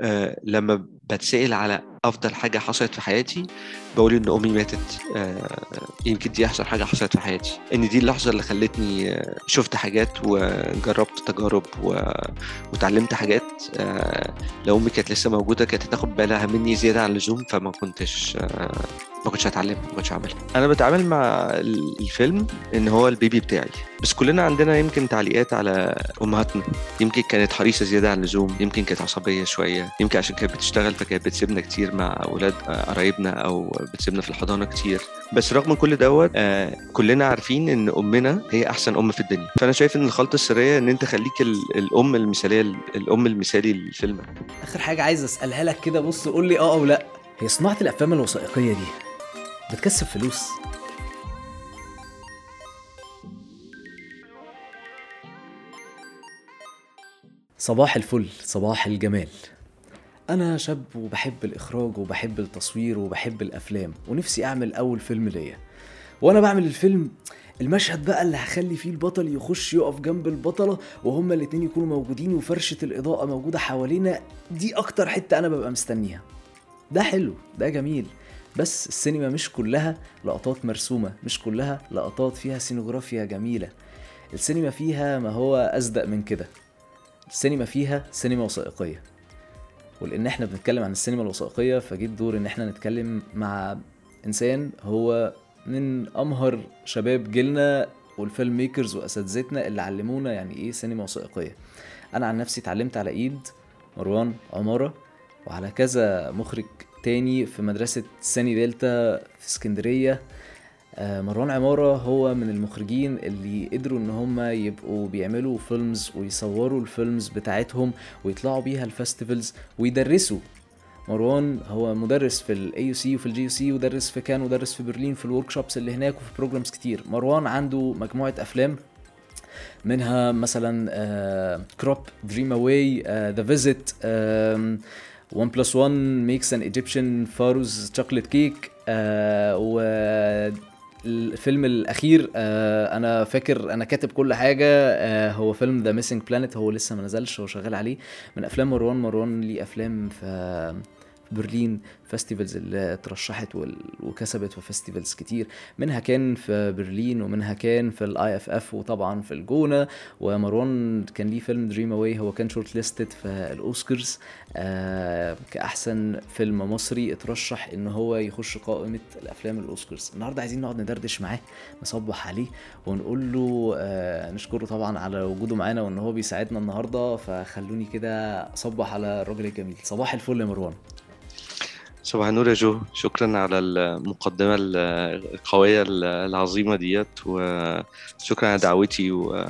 لما بتسأل على أفضل حاجة حصلت في حياتي بقول إن أمي ماتت. يمكن دي أحسن حاجة حصلت في حياتي، إن دي اللحظة اللي خلتني شفت حاجات وجربت تجارب وتعلمت حاجات. لو أمي كانت لسه موجودة كانت هتاخد بالها مني زيادة عن اللزوم، فما كنتش ما كنتش هتعلم، ما كنتش هعملها. انا بتعامل مع الفيلم ان هو البيبي بتاعي، بس كلنا عندنا يمكن تعليقات على امهاتنا. يمكن كانت حريصه زياده عن اللزوم، يمكن كانت عصبيه شويه، يمكن عشان كانت بتشتغل فكانت بتسيبنا كتير مع اولاد قرايبنا او بتسيبنا في الحضانه كتير. بس رغم كل دوت كلنا عارفين ان امنا هي احسن ام في الدنيا. فانا شايف ان الخلطه السريه ان انت خليك الام المثاليه، الام المثالي لفيلمك. اخر حاجه عايز اسالها لك كده، بص قول لي اه او لا، هي صناعه الافلام الوثائقيه دي بتكسب فلوس؟ صباح الفل، صباح الجمال. انا شاب وبحب الاخراج وبحب التصوير وبحب الافلام، ونفسي اعمل اول فيلم ليا. وانا بعمل الفيلم، المشهد بقى اللي هخلي فيه البطل يخش يقف جنب البطلة وهما الاتنين يكونوا موجودين وفرشة الإضاءة موجودة حوالينا، دي أكتر حتة أنا ببقى مستنيها. ده حلو، ده جميل، بس السينما مش كلها لقطات مرسومة، مش كلها لقطات فيها سينوغرافيا جميلة. السينما فيها ما هو أصدق من كده، السينما فيها سينما وثائقية. ولأن احنا بنتكلم عن السينما الوثائقية فجيت دور ان احنا نتكلم مع إنسان هو من أمهر شباب جيلنا والفيلم ميكرز وأساتذتنا اللي علمونا يعني إيه سينما وثائقية. أنا عن نفسي اتعلمت على إيد مروان عمارة وعلى كذا مخرج تاني في مدرسة ساني دلتا في اسكندرية. مروان عمارة هو من المخرجين اللي قدروا ان هم يبقوا بيعملوا فيلمز ويصوروا الفيلمز بتاعتهم ويطلعوا بيها الفستيفلز ويدرسوا. مروان هو مدرس في الاي سي وفي الجي سي، ودرس في كان ودرس في برلين في الوركشوبس اللي هناك وفي بروجرامز كتير. مروان عنده مجموعة افلام منها مثلا كروب، دريم اواي، ذا فيزيت، 1+1 makes an Egyptian Pharaoh's chocolate cake. والفيلم الأخير أنا فاكر أنا كاتب كل حاجة، هو فيلم The Missing Planet، هو لسه ما نزلش، هو شغال عليه. من أفلام مروان ليه أفلام في برلين فيستيفالز اللي اترشحت وكسبت في فيستيفالز كتير، منها كان في برلين ومنها كان في الاي اف اف وطبعا في الجونة. ومروان كان ليه فيلم دريم اواي هو كان شورت ليستد في الاوسكارز كأحسن فيلم مصري، اترشح ان هو يخش قائمة الافلام الاوسكارز. النهاردة عايزين نقعد ندردش معاه، نصبح عليه ونقول له نشكره طبعا على وجوده معانا وان هو بيساعدنا النهاردة. فخلوني كده اصبح على الراجل الجميل. صباح الفل يا مروان. صباح النور يا جو، شكرا على المقدمة القوية العظيمة ديت، وشكرا على دعوتي.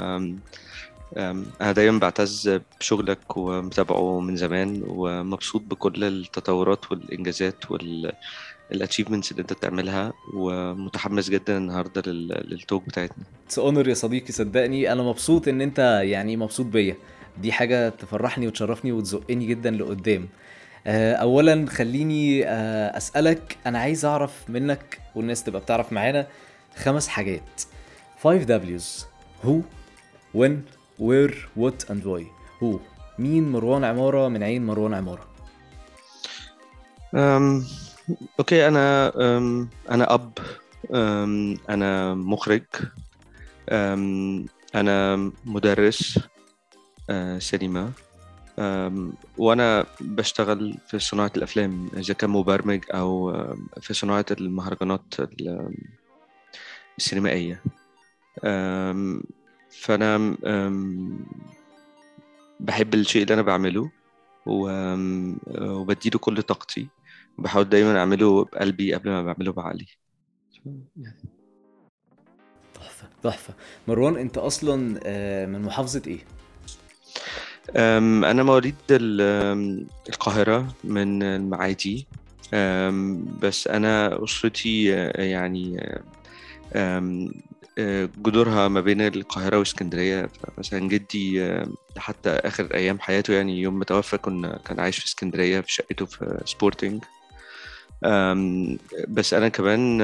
أنا دايما بعتز بشغلك ومتابعه من زمان، ومبسوط بكل التطورات والإنجازات والأتشيفمنتس اللي أنت بتعملها، ومتحمس جدا النهاردة للتوك بتاعتنا. تسونر يا صديقي، صدقني أنا مبسوط إن أنت يعني مبسوط بيا، دي حاجة تفرحني وتشرفني وتزقني جدا لقدام. اولا خليني اسالك، انا عايز اعرف منك والناس تبقى بتعرف معانا 5 حاجات. 5 W's: who, when, where, what and why. who، مين مروان عمارة من عين مروان عمارة؟ اوكي، انا اب، انا مخرج، انا مدرس سينما، وانا بشتغل في صناعة الافلام، اذا كان مبرمج او في صناعة المهرجانات السينمائية. فانا بحب الشيء اللي انا بعمله وبديله كل طاقتي، وبحاول دايما اعمله بقلبي قبل ما بعمله بعقلي. تحفة تحفة. مروان انت اصلا من محافظة ايه؟ أنا مواليد القاهرة من المعادي، بس أنا أسرتي يعني جذورها ما بين القاهرة واسكندرية. مثلا جدي حتى آخر أيام حياته، يعني يوم ما توفى كان عايش في اسكندرية في شقته في سبورتينج. بس أنا كمان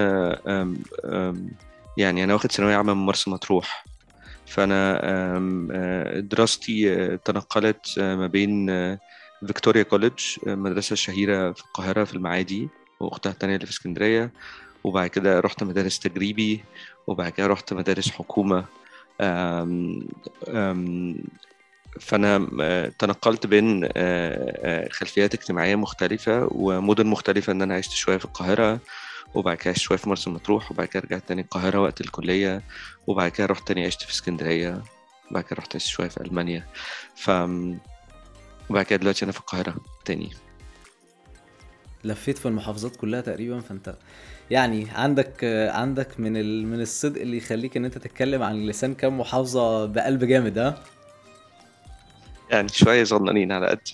يعني أنا واخد ثانوية عامة من مرسى مطروح، فأنا دراستي تنقلت ما بين فيكتوريا كوليدج، المدرسة الشهيرة في القاهرة في المعادي، وأختها التانية اللي في اسكندرية. وبعد كده رحت مدارس تجريبي، وبعد كده رحت مدارس حكومة. آم، آم، فأنا تنقلت بين خلفيات اجتماعية مختلفة ومدن مختلفة. إن أنا عشت شوية في القاهرة، وبعد كده عشت شوية في مرسى مطروح، وبعد كده رجعت تاني القاهرة وقت الكلية، وبعد كده رحت تاني عشت في اسكندرية، وبعد كده رحت عشت شوية في ألمانيا. ف وبعد كده دلوقتي أنا في القاهرة تاني. لفيت في المحافظات كلها تقريبا، فانت يعني عندك من الصدق اللي يخليك ان انت تتكلم عن لسان كام محافظة بقلب جامد، ها. يعني شوية صغننين على قد.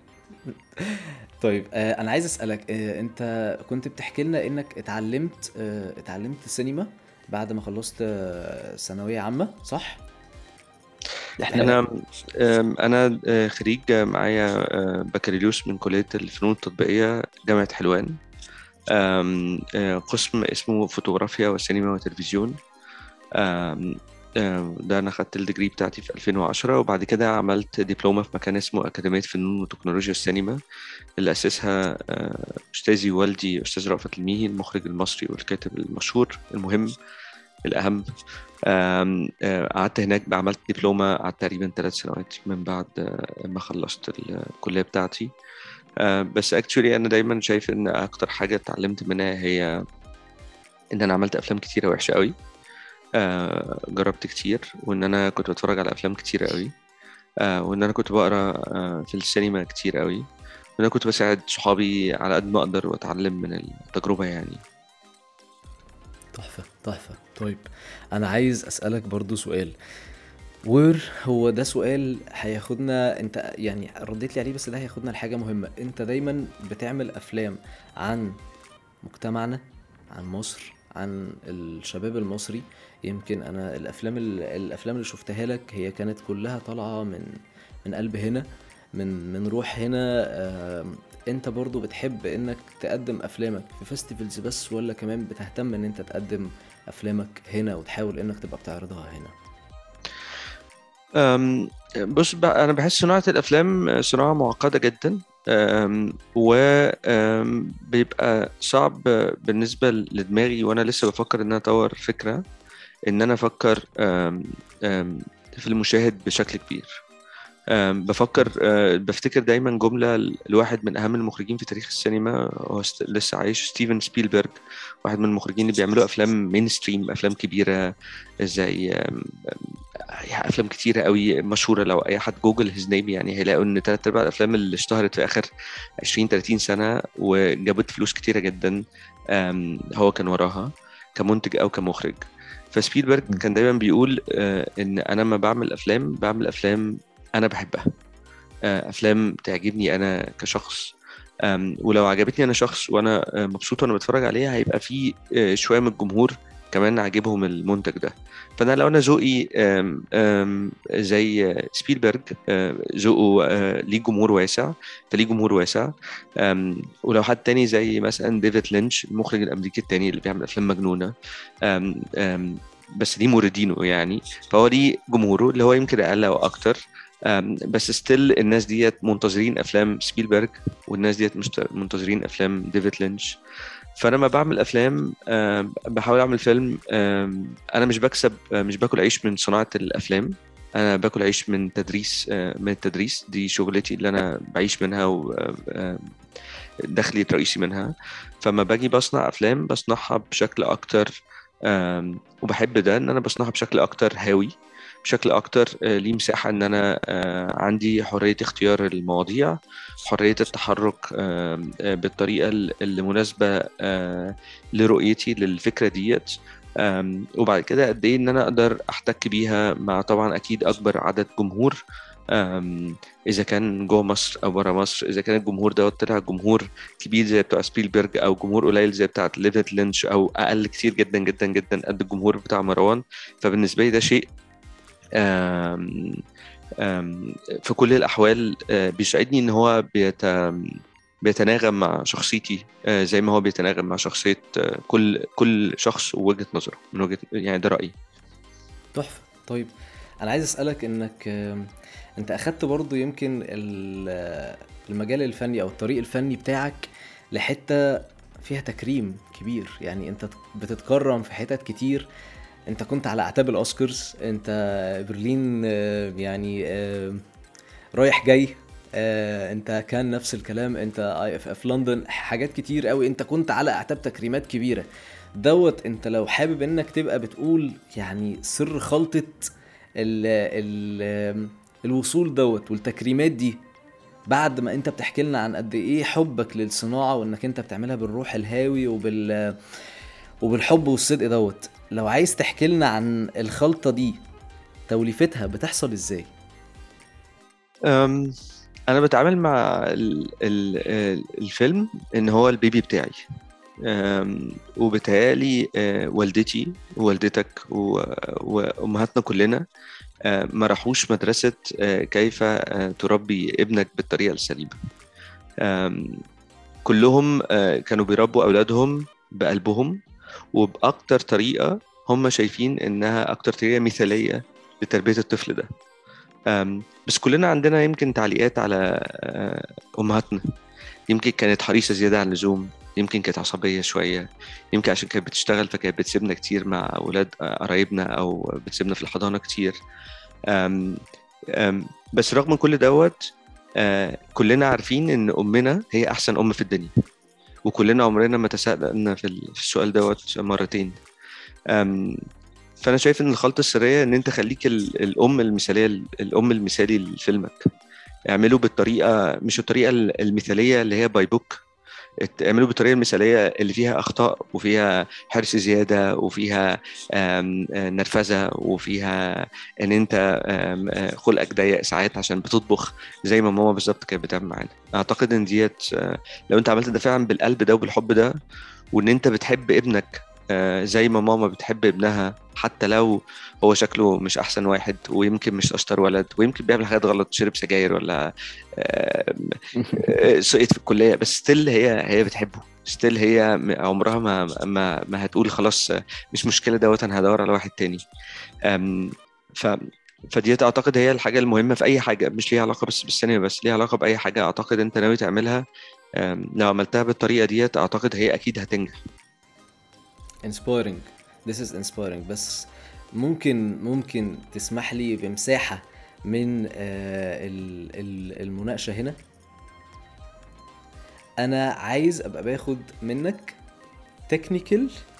طيب، انا عايز اسالك، انت كنت بتحكي لنا انك اتعلمت سينما بعد ما خلصت ثانويه عامه، صح؟ احنا أنا خريج معايا بكالوريوس من كلية الفنون التطبيقية جامعة حلوان. قسم اسمه فوتوغرافيا وسينما وتلفزيون. آم، ده أنا خدت الديجري بتاعتي في 2010، وبعد كده عملت دبلومة في مكان اسمه أكاديمية فنون وتكنولوجيا السينما، اللي أسسها أستاذي والدي أستاذ رأفت الميهي، المخرج المصري والكاتب المشهور المهم الأهم. قعدت هناك، عملت دبلومة، قعدت تقريبا 3 سنوات من بعد ما خلصت الكلية بتاعتي. بس اكشولي أنا دايما شايف إن أكتر حاجة اتعلمت منها هي إن أنا عملت أفلام كتيرة وحشة قوي. جربت كتير، وإن أنا كنت بتفرج على أفلام كتيرة قوي. وإن أنا كنت بقرأ في السينما كتير قوي، وإن أنا كنت بساعد صحابي على قد ما أقدر وأتعلم من التجربة يعني. تحفه تحفه. طيب، انا عايز اسالك برضو سؤال، وير هو ده سؤال هياخدنا، انت يعني رديت لي عليه، بس ده هياخدنا لحاجه مهمه. انت دايما بتعمل افلام عن مجتمعنا، عن مصر، عن الشباب المصري. يمكن انا الافلام اللي شفتها لك هي كانت كلها طالعه من قلب هنا، من روح هنا. انت برضو بتحب انك تقدم افلامك في فيستيفالز بس، ولا كمان بتهتم ان انت تقدم افلامك هنا وتحاول انك تبقى بتعرضها هنا؟ بص بقى، أنا بحس صناعة الأفلام صناعة معقدة جدا. وبيبقى صعب بالنسبة لدماغي، وأنا لسه بفكر إن أنا أطور فكرة، إن أنا أفكر أم، في المشاهد بشكل كبير. بفكر، بفتكر دايما جملة لواحد من أهم المخرجين في تاريخ السينما، هو لسه عايش، ستيفن سبيلبرج. واحد من المخرجين اللي بيعملوا أفلام مين ستريم، أفلام كبيرة زي أفلام كتيرة قوي مشهورة. لو أي حد جوجل هيز نيم يعني هيلاقوا إن تلات أرباع الأفلام اللي اشتهرت في آخر 20-30 سنة وجابت فلوس كتيرة جدا هو كان وراها كمنتج أو كمخرج. فسبيلبرج كان دايما بيقول إن أنا لما بعمل أفلام أنا بحبها، أفلام تعجبني أنا كشخص. ولو عجبتني أنا شخص وأنا مبسوط وأنا بتفرج عليها، هيبقى في شوية من الجمهور كمان عاجبهم المنتج ده. فأنا لو أنا ذوقي زي سبيلبرج، ذوقه ليه جمهور واسع، فليه جمهور واسع. ولو حد تاني زي مثلا ديفيد لينش، المخرج الأمريكي التاني اللي بيعمل أفلام مجنونة، أم أم بس دي موردينه يعني، فهو ليه جمهوره اللي هو يمكن أقل أو أكتر. بس ستيل الناس ديت منتظرين افلام سبيلبرج، والناس ديت منتظرين افلام ديفيد لينش. فانا لما بعمل افلام بحاول اعمل فيلم. انا مش بكسب، مش باكل عيش من صناعة الافلام، انا باكل عيش من تدريس، من التدريس. دي شغلتي اللي انا بعيش منها ودخلي الرئيسي منها. فما باجي بصنع افلام بصنعها بشكل اكتر، وبحب ده ان انا بصنعها بشكل اكتر هاوي، بشكل اكتر ليه مساحة ان انا عندي حرية اختيار المواضيع، حرية التحرك بالطريقة اللي مناسبة لرؤيتي للفكرة ديت. وبعد كده قد ايه ان انا اقدر احتك بيها مع طبعا اكيد اكبر عدد جمهور، اذا كان جوه مصر او بره مصر. اذا كان الجمهور ده طلع جمهور كبير زي بتاع سبيلبرج، او جمهور قليل زي بتاع ديفيد لينش، او اقل كتير جدا جدا جدا قد الجمهور بتاع مروان، فبالنسبه لي ده شيء آم، في كل الأحوال بيساعدني إن هو بيتناغم مع شخصيتي، زي ما هو بيتناغم مع شخصية كل شخص ووجهة نظره، من وجهة يعني ده رأيي. تحفة. طيب، انا عايز اسالك انك انت اخدت برضو يمكن المجال الفني او الطريق الفني بتاعك لحتة فيها تكريم كبير. يعني انت بتتكرم في حتت كتير. انت كنت على اعتاب الاوسكارز، انت برلين يعني رايح جاي. انت كان نفس الكلام، انت في لندن، حاجات كتير قوي، انت كنت على اعتاب تكريمات كبيرة. انت لو حابب انك تبقى بتقول يعني سر خلطة ال ال الوصول والتكريمات دي، بعد ما انت بتحكي لنا عن قد ايه حبك للصناعة وانك انت بتعملها بالروح الهاوي وبالحب والصدق لو عايز تحكي لنا عن الخلطة دي، توليفتها بتحصل ازاي؟ أم، انا بتعامل مع الفيلم ان هو البيبي بتاعي. وبتهيألي والدتي ووالدتك وأمهاتنا كلنا ما راحوش مدرسة كيف تربي ابنك بالطريقة السليمة. كلهم كانوا بيربوا أولادهم بقلبهم وبأكتر طريقة هم شايفين إنها أكتر طريقة مثالية لتربية الطفل ده. بس كلنا عندنا يمكن تعليقات على أمهاتنا. يمكن كانت حريصة زيادة عن اللزوم، يمكن كانت عصبية شوية، يمكن عشان كانت بتشتغل فكانت بتسيبنا كتير مع أولاد قرايبنا أو بتسيبنا في الحضانة كتير. أم أم بس رغم كل كلنا عارفين إن أمنا هي أحسن أم في الدنيا، وكلنا عمرنا ما تساءلنا في السؤال مرتين. فأنا شايف إن الخلطة السرية إن أنت خليك الأم المثالية، الأم المثالي لفيلمك. اعمله بالطريقة، مش الطريقة المثالية اللي هي باي بوك، اعمله بالطريقة المثالية اللي فيها أخطاء وفيها حرص زيادة وفيها نرفزة وفيها إن أنت خلقك ضيق ساعات عشان بتطبخ زي ما ماما بالظبط كانت بتعمل معانا. أعتقد إن ديت لو أنت عملت ده فعلا بالقلب ده وبالحب ده، وإن أنت بتحب ابنك زي ما ماما بتحب ابنها، حتى لو هو شكله مش أحسن واحد ويمكن مش أشطر ولد ويمكن بيعمل حاجات غلط، شرب سجاير ولا سقط في الكلية، بس ستيل هي بتحبه. ستيل هي عمرها ما هتقول خلاص مش مشكلة أنا هدور على واحد تاني. ف فدي أعتقد هي الحاجة المهمة في أي حاجة، مش ليها علاقة بس بالسينما، بس ليها علاقة بأي حاجة أعتقد أنت ناوي تعملها. لو عملتها بالطريقة دي أعتقد هي أكيد هتنجح. inspiring. this is inspiring. بس ممكن تسمح لي بمساحة من المناقشة هنا. انا عايز ابقى باخد منك technical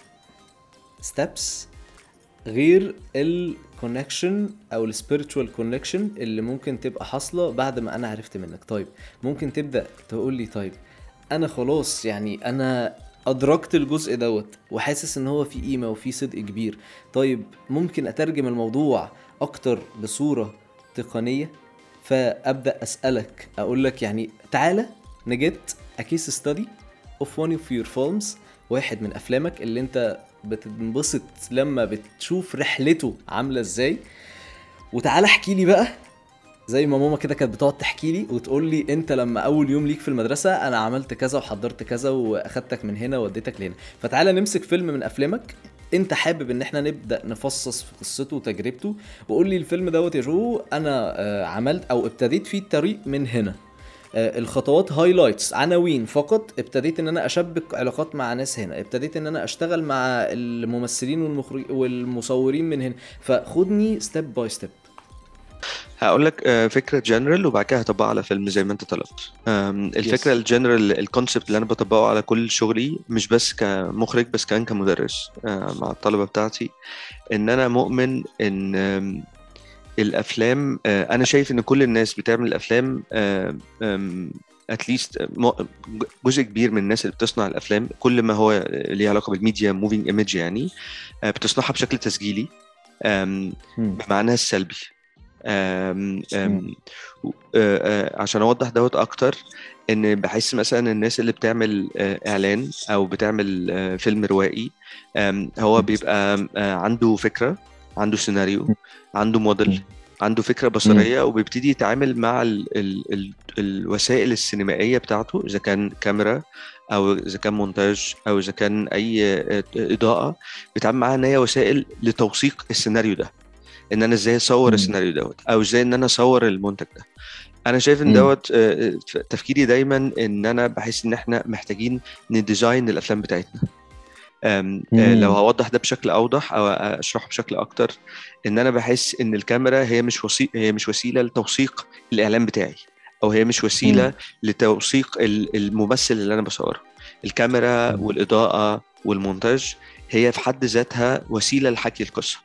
steps غير الكونكشن او السبيريتشوال كونكشن اللي ممكن تبقى حاصله بعد ما انا عرفت منك. طيب ممكن تبدا تقول لي طيب انا خلاص يعني انا ادركت الجزء وحاسس ان هو فيه قيمه وفيه صدق كبير. طيب ممكن اترجم الموضوع اكتر بصوره تقنيه، فابدا اسالك اقول لك يعني تعالى نجت a case study of one of your films، واحد من افلامك اللي انت بتنبسط لما بتشوف رحلته عامله ازاي، وتعالى احكي لي بقى زي ما ماما كده كانت بتقعد تحكي لي وتقول لي انت لما اول يوم ليك في المدرسه انا عملت كذا وحضرت كذا واخدتك من هنا ووديتك لهنا. فتعالى نمسك فيلم من افلامك انت حابب ان احنا نبدا نفصص في قصته وتجربته، وقول لي الفيلم يا جو انا عملت او ابتديت فيه الطريق من هنا، الخطوات هايلايتس عناوين فقط، ابتديت ان انا اشبك علاقات مع ناس هنا، ابتديت ان انا اشتغل مع الممثلين والمصورين من هنا، فخدني ستيب باي ستيب. هقول لك فكره جنرال وبعد كده هطبقها على فيلم زي ما انت طلبت. الفكره الجنرال، الكونسبت اللي انا بطبقه على كل شغلي مش بس كمخرج بس كمان كمدرس مع الطلبه بتاعتي، ان انا مؤمن ان الافلام، انا شايف ان كل الناس بتعمل الافلام، اتليست جزء كبير من الناس اللي بتصنع الافلام كل ما هو ليه علاقه بالميديا موفينج ايمج يعني بتصنعها بشكل تسجيلي بمعناها السلبي. عشان اوضح اكتر، ان بحس مثلا الناس اللي بتعمل اعلان او بتعمل فيلم روائي، هو بيبقى عنده فكرة، عنده سيناريو، عنده موديل، عنده فكرة بصرية، وبيبتدي يتعامل مع الوسائل السينمائية بتاعته، إذا كان كاميرا أو إذا كان مونتاج أو إذا كان أي إضاءة، بيتعامل معها إن هي وسائل لتوثيق السيناريو ده، إن أنا إزاي أصور السيناريو دوت أو إزاي إن أنا أصور المنتج ده. انا شايف ان مم. دوت تفكيري دايما ان انا بحس ان احنا محتاجين نديزاين الافلام بتاعتنا. لو مم. هوضح ده بشكل اوضح او اشرحه بشكل اكتر، ان انا بحس ان الكاميرا هي مش وسيله لتوثيق الاعلان بتاعي، او هي مش وسيله مم. لتوثيق الممثل اللي انا بصوره. الكاميرا مم. والاضاءه والمونتاج هي في حد ذاتها وسيله لحكي القصه.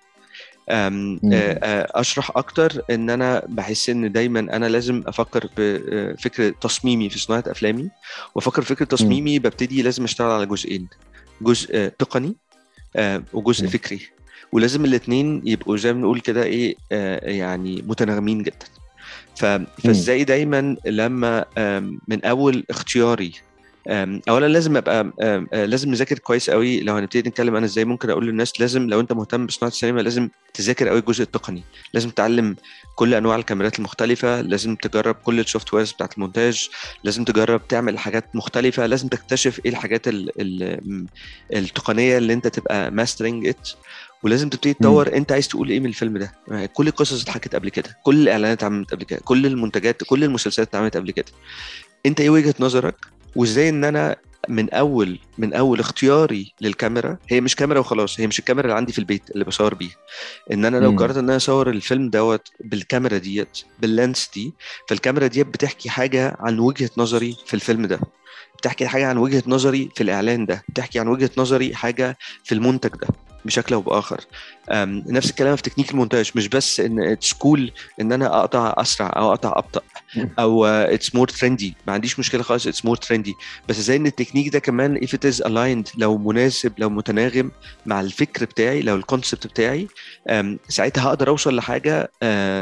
مم. اشرح اكتر ان انا بحس ان دايما انا لازم افكر بفكر تصميمي في صناعه افلامي، وافكر فكر مم. تصميمي ببتدي لازم اشتغل على جزئين: جزء تقني وجزء مم. فكري. ولازم الاثنين يبقوا زي ما بنقول كده ايه يعني متناغمين جدا. مم. فازاي دايما لما من اول اختياري اولا لازم ابقى لازم نذاكر كويس قوي. لو هنبتدي نتكلم انا ازاي ممكن اقول للناس لازم لو انت مهتم بصناعه السينما لازم تذاكر قوي الجزء التقني. لازم تعلم كل انواع الكاميرات المختلفه، لازم تجرب كل السوفت ويرز بتاعت المونتاج، لازم تجرب تعمل حاجات مختلفه، لازم تكتشف ايه الحاجات التقنيه اللي انت تبقى ماسترنج ات. ولازم تبتدي مم. تطور انت عايز تقول ايه من الفيلم ده. كل القصص اتحكت قبل كده، كل الاعلانات اتعملت قبل كده، كل المنتجات كل المسلسلات اتعملت قبل كده. انت ايه وجهة نظرك؟ وازاي ان انا من اول اختياري للكاميرا، هي مش كاميرا وخلاص، هي مش الكاميرا اللي عندي في البيت اللي بصور بيها. ان انا لو مم. قررت ان انا اصور الفيلم دوت بالكاميرا ديت باللانس دي، فالكاميرا ديت بتحكي حاجة عن وجهة نظري في الفيلم ده، بتحكي حاجة عن وجهة نظري في الإعلان ده، بتحكي عن وجهة نظري حاجة في المنتج ده بشكل أو بآخر. نفس الكلام في تكنيك المونتاج، مش بس إن اتس كول إن أنا أقطع أسرع أو أقطع أبطأ أو اتس مور ترندي، ما عنديش مشكلة خالص اتس مور ترندي، بس زي إن التكنيك ده كمان if it is aligned، لو مناسب لو متناغم مع الفكر بتاعي، لو الكونسبت بتاعي، ساعتها هقدر أوصل لحاجة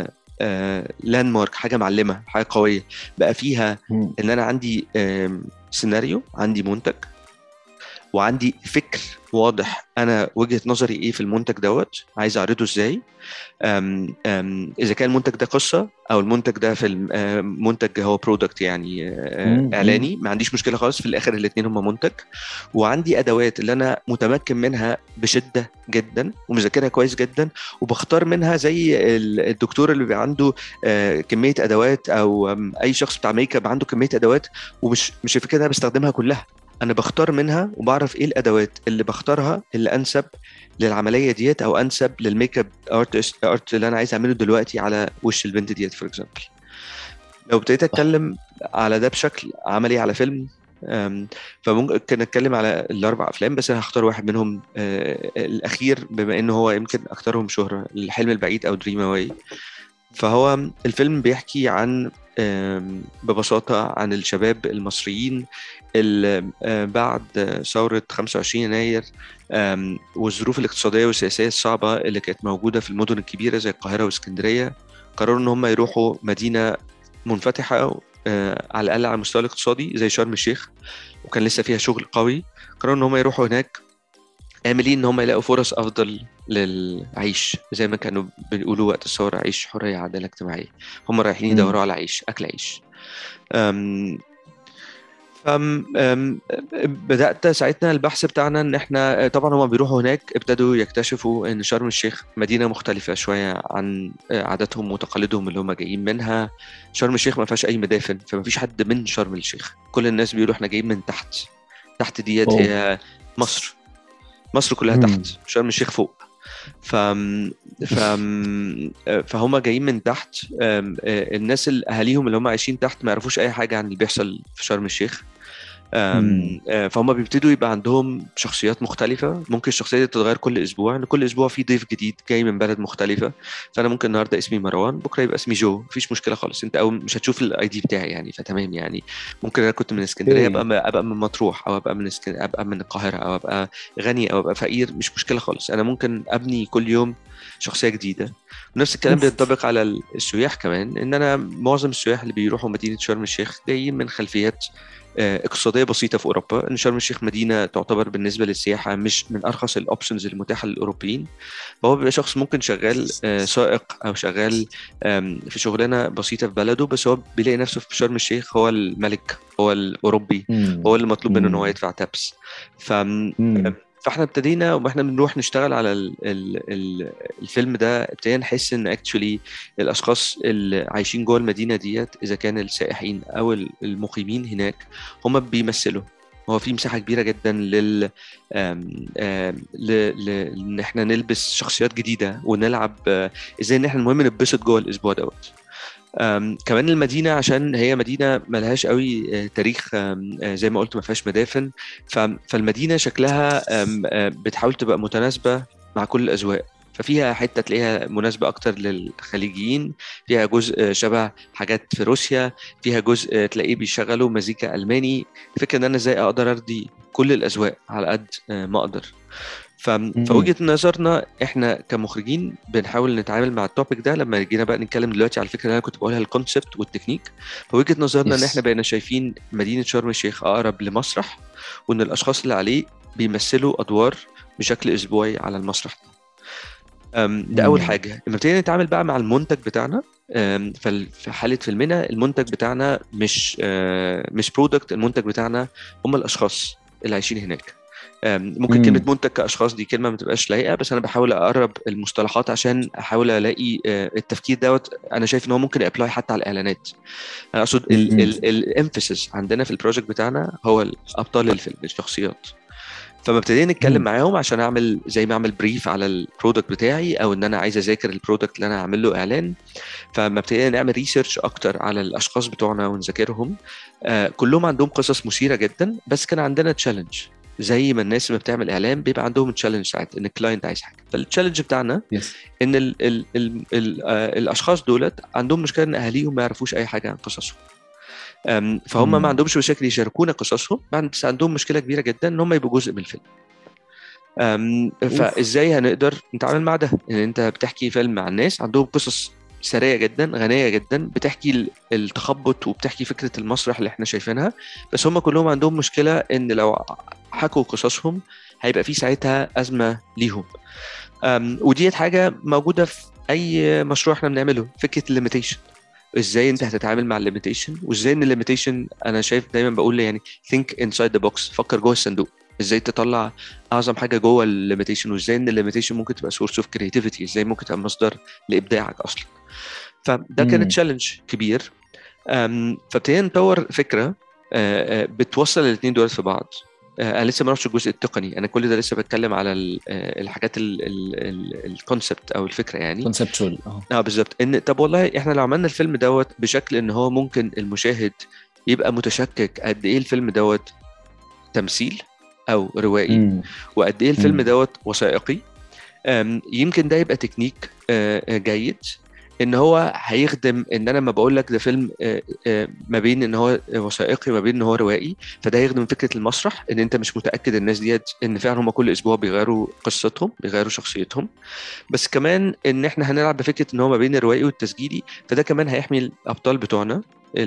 لاند مارك، حاجة معلمة، حاجة قوية بقى فيها. مم. ان انا عندي سيناريو، عندي منتج، وعندي فكر واضح انا وجهة نظري ايه في المنتج دوت، عايز اعرضه ازاي. اذا كان المنتج ده قصة او المنتج ده فيلم، منتج هو برودكت يعني مم. اعلاني، ما عنديش مشكلة خالص، في الاخر الاثنين هم منتج. وعندي ادوات اللي انا متمكن منها بشدة جدا ومذاكرها كويس جدا، وبختار منها زي الدكتور اللي بيبقى عنده كمية ادوات، او اي شخص بتاع ميك اب عنده كمية ادوات، ومش مش الفكرة ان انا بستخدمها كلها. انا بختار منها وبعرف ايه الادوات اللي بختارها اللي انسب للعمليه ديت، او انسب للميك اب ارت اللي انا عايز اعمله دلوقتي على وش البنت ديت فور اكزامبل. لو ابتديت صح. اتكلم على ده بشكل عملي على فيلم، فممكن نتكلم على الاربع افلام، بس انا هختار واحد منهم الاخير بما انه هو يمكن اكثرهم شهره، الحلم البعيد او دريم اواي. فهو الفيلم بيحكي عن ببساطة عن الشباب المصريين اللي بعد ثورة 25 يناير والظروف الاقتصادية والسياسية الصعبة اللي كانت موجودة في المدن الكبيرة زي القاهرة واسكندرية، قرروا إن هم يروحوا مدينة منفتحة على الأقل على المستوى الاقتصادي زي شرم الشيخ، وكان لسه فيها شغل قوي. قرروا إن هم يروحوا هناك آملين إن هم يلاقوا فرص أفضل للعيش، زي ما كانوا بيقولوا وقت الثورة: عيش، حرية، عدالة اجتماعية. هم رايحين مم. يدوروا على عيش، أكل عيش. أم فم أم بدأت ساعتنا البحث بتاعنا إن إحنا طبعا هم بيروحوا هناك ابتدوا يكتشفوا إن شرم الشيخ مدينة مختلفة شوية عن عاداتهم وتقاليدهم اللي هم جايين منها. شرم الشيخ ما فيهاش أي مدافن، فما فيش حد من شرم الشيخ، كل الناس بيقولوا إحنا جايين من تحت. تحت ديت أوه. هي مصر. مصر كلها تحت، مم. شرم الشيخ فوق. ف... ف... فهم جايين من تحت. الناس اللي اهاليهم اللي هم عايشين تحت ما يعرفوش اي حاجه عن اللي بيحصل في شرم الشيخ. مم. فهم بيبتدوا يبقى عندهم شخصيات مختلفة. ممكن الشخصية دي تتغير كل أسبوع، إن كل أسبوع في ضيف جديد جاي من بلد مختلفة. فأنا ممكن النهاردة اسمي مروان، بكرة يبقى اسمي جو، مفيش مشكلة خالص. أنت أو مش هتشوف الأي دي بتاعي يعني، فتمام يعني. ممكن أنا كنت من اسكندرية اوكي. أبقى من مطروح، أو أبقى من أبقى من القاهرة، أو أبقى غني أو أبقى فقير، مش مشكلة خالص. أنا ممكن أبني كل يوم شخصية جديدة. ونفس الكلام اوف. بينطبق على السياح كمان، ان انا معظم السياح اللي بيروحوا مدينة شرم الشيخ جايين من خلفيات اقتصادية بسيطة في أوروبا. إن شرم الشيخ مدينة تعتبر بالنسبة للسياحة مش من أرخص الأوبشنز المتاحة للأوروبيين. فهو بيبقى شخص ممكن شغال سائق، أو شغال في شغلانة بسيطة في بلده، بس هو بيلاقي نفسه في شرم الشيخ هو الملك، هو الأوروبي، هو مم. اللي مطلوب منه إن هو مم. يدفع تابس. ف مم. فاحنا ابتدينا واحنا بنروح نشتغل على الفيلم ده، ابتدينا نحس ان اكشولي الاشخاص اللي عايشين جوه المدينه ديت، اذا كان السائحين او المقيمين هناك، هم بيمثلوا. هو في مساحه كبيره جدا ان احنا نلبس شخصيات جديده ونلعب ازاي ان احنا المهم نتبسط جوه الاسبوع دوت. كمان المدينة عشان هي مدينة ملهاش قوي تاريخ، زي ما قلت ما فيهاش مدافن، فالمدينة شكلها بتحاول تبقى متناسبة مع كل الأذواق. ففيها حتة تلاقيها مناسبة أكتر للخليجيين، فيها جزء شبه حاجات في روسيا، فيها جزء تلاقيه بيشغلوا مزيكا ألماني. الفكرة إن أنا إزاي أقدر أرضي كل الأذواق على قد ما أقدر. فوجهة نظرنا احنا كمخرجين بنحاول نتعامل مع التوبيك ده. لما جينا بقى نتكلم دلوقتي على الفكره اللي انا كنت بقولها، الكونسبت والتكنيك، فوجهة نظرنا ان احنا بقينا شايفين مدينه شرم الشيخ اقرب لمسرح، وان الاشخاص اللي عليه بيمثلوا ادوار بشكل اسبوعي على المسرح. ده اول حاجه. لما ابتدينا نتعامل بقى مع المنتج بتاعنا، في حاله فيلمنا المنتج بتاعنا مش برودكت، المنتج بتاعنا هم الاشخاص اللي عايشين هناك. ممكن كلمة منتج كأشخاص دي كلمة ما تبقاش لايقة، بس أنا بحاول أقرب المصطلحات عشان أحاول ألاقي التفكير دوت. أنا شايف إن هو ممكن يأبلاي حتى على الإعلانات. أنا أقصد الإمفيسيس عندنا في البروجكت بتاعنا هو الأبطال الفيلم، الشخصيات. فما ابتدينا نتكلم معاهم عشان أعمل زي ما أعمل بريف على البرودكت بتاعي، أو إن أنا عايز أذاكر البرودكت اللي أنا أعمل له إعلان. فما ابتدينا نعمل ريسيرش أكتر على الأشخاص بتوعنا ونذاكرهم. كلهم عندهم قصص مثيرة جدا، بس كان عندنا تشالنج. زي ما الناس اللي بتعمل اعلان بيبقى عندهم تشالنج ساعات ان الكلاينت عايز حاجه، فالتشالنج بتاعنا ان الاشخاص دولت عندهم مشكله ان اهاليهم ما يعرفوش اي حاجه عن قصصهم. فهم ما عندهمش مشاكل يشاركونا قصصهم، بس عندهم مشكله كبيره جدا ان هم يبقوا جزء من الفيلم. فازاي هنقدر نتعامل مع ده؟ ان انت بتحكي فيلم عن ناس عندهم قصص سريعة جدا، غنية جدا، بتحكي التخبط وبتحكي فكرة المسرح اللي احنا شايفينها، بس هم كلهم عندهم مشكلة ان لو حكوا قصصهم هيبقى في ساعتها أزمة ليهم. ودي حاجة موجودة في أي مشروع احنا بنعمله، فكرة الليميتيشن. ازاي انت هتتعامل مع الليميتيشن، وازاي ان الليميتيشن، انا شايف دايما بقول يعني think inside the box، فكر جوه الصندوق، ازاي تطلع اعظم حاجه جوه الليميتيشن، وازاي ان الليميتيشن ممكن تبقى سورس اوف كرياتيفيتي، ازاي ممكن تبقى مصدر لابداعك اصلا. فده كان تشالنج كبير. فابتدينا نطور فكره بتوصل الاثنين دول في بعض. انا لسه ما رحتش الجزء التقني، انا كل ده لسه بتكلم على الحاجات الكونسبت او الفكره يعني كونسبتشوال. بالظبط. ان طب والله احنا لو عملنا الفيلم دوت بشكل ان هو ممكن المشاهد يبقى متشكك قد ايه الفيلم دوت تمثيل او روائي، وقد ايه الفيلم دوت وثائقي، يمكن ده يبقى تكنيك جيد، ان هو هيخدم ان انا ما بقول لك ده فيلم ما بين ان هو وثائقي ما بين ان هو روائي. فده يخدم فكره المسرح، ان انت مش متاكد الناس ديت ان فعلا هم كل اسبوع بيغيروا قصتهم، بيغيروا شخصيتهم. بس كمان ان احنا هنلعب بفكره ان هو ما بين الروائي والتسجيلي، فده كمان هيحمي الابطال بتوعنا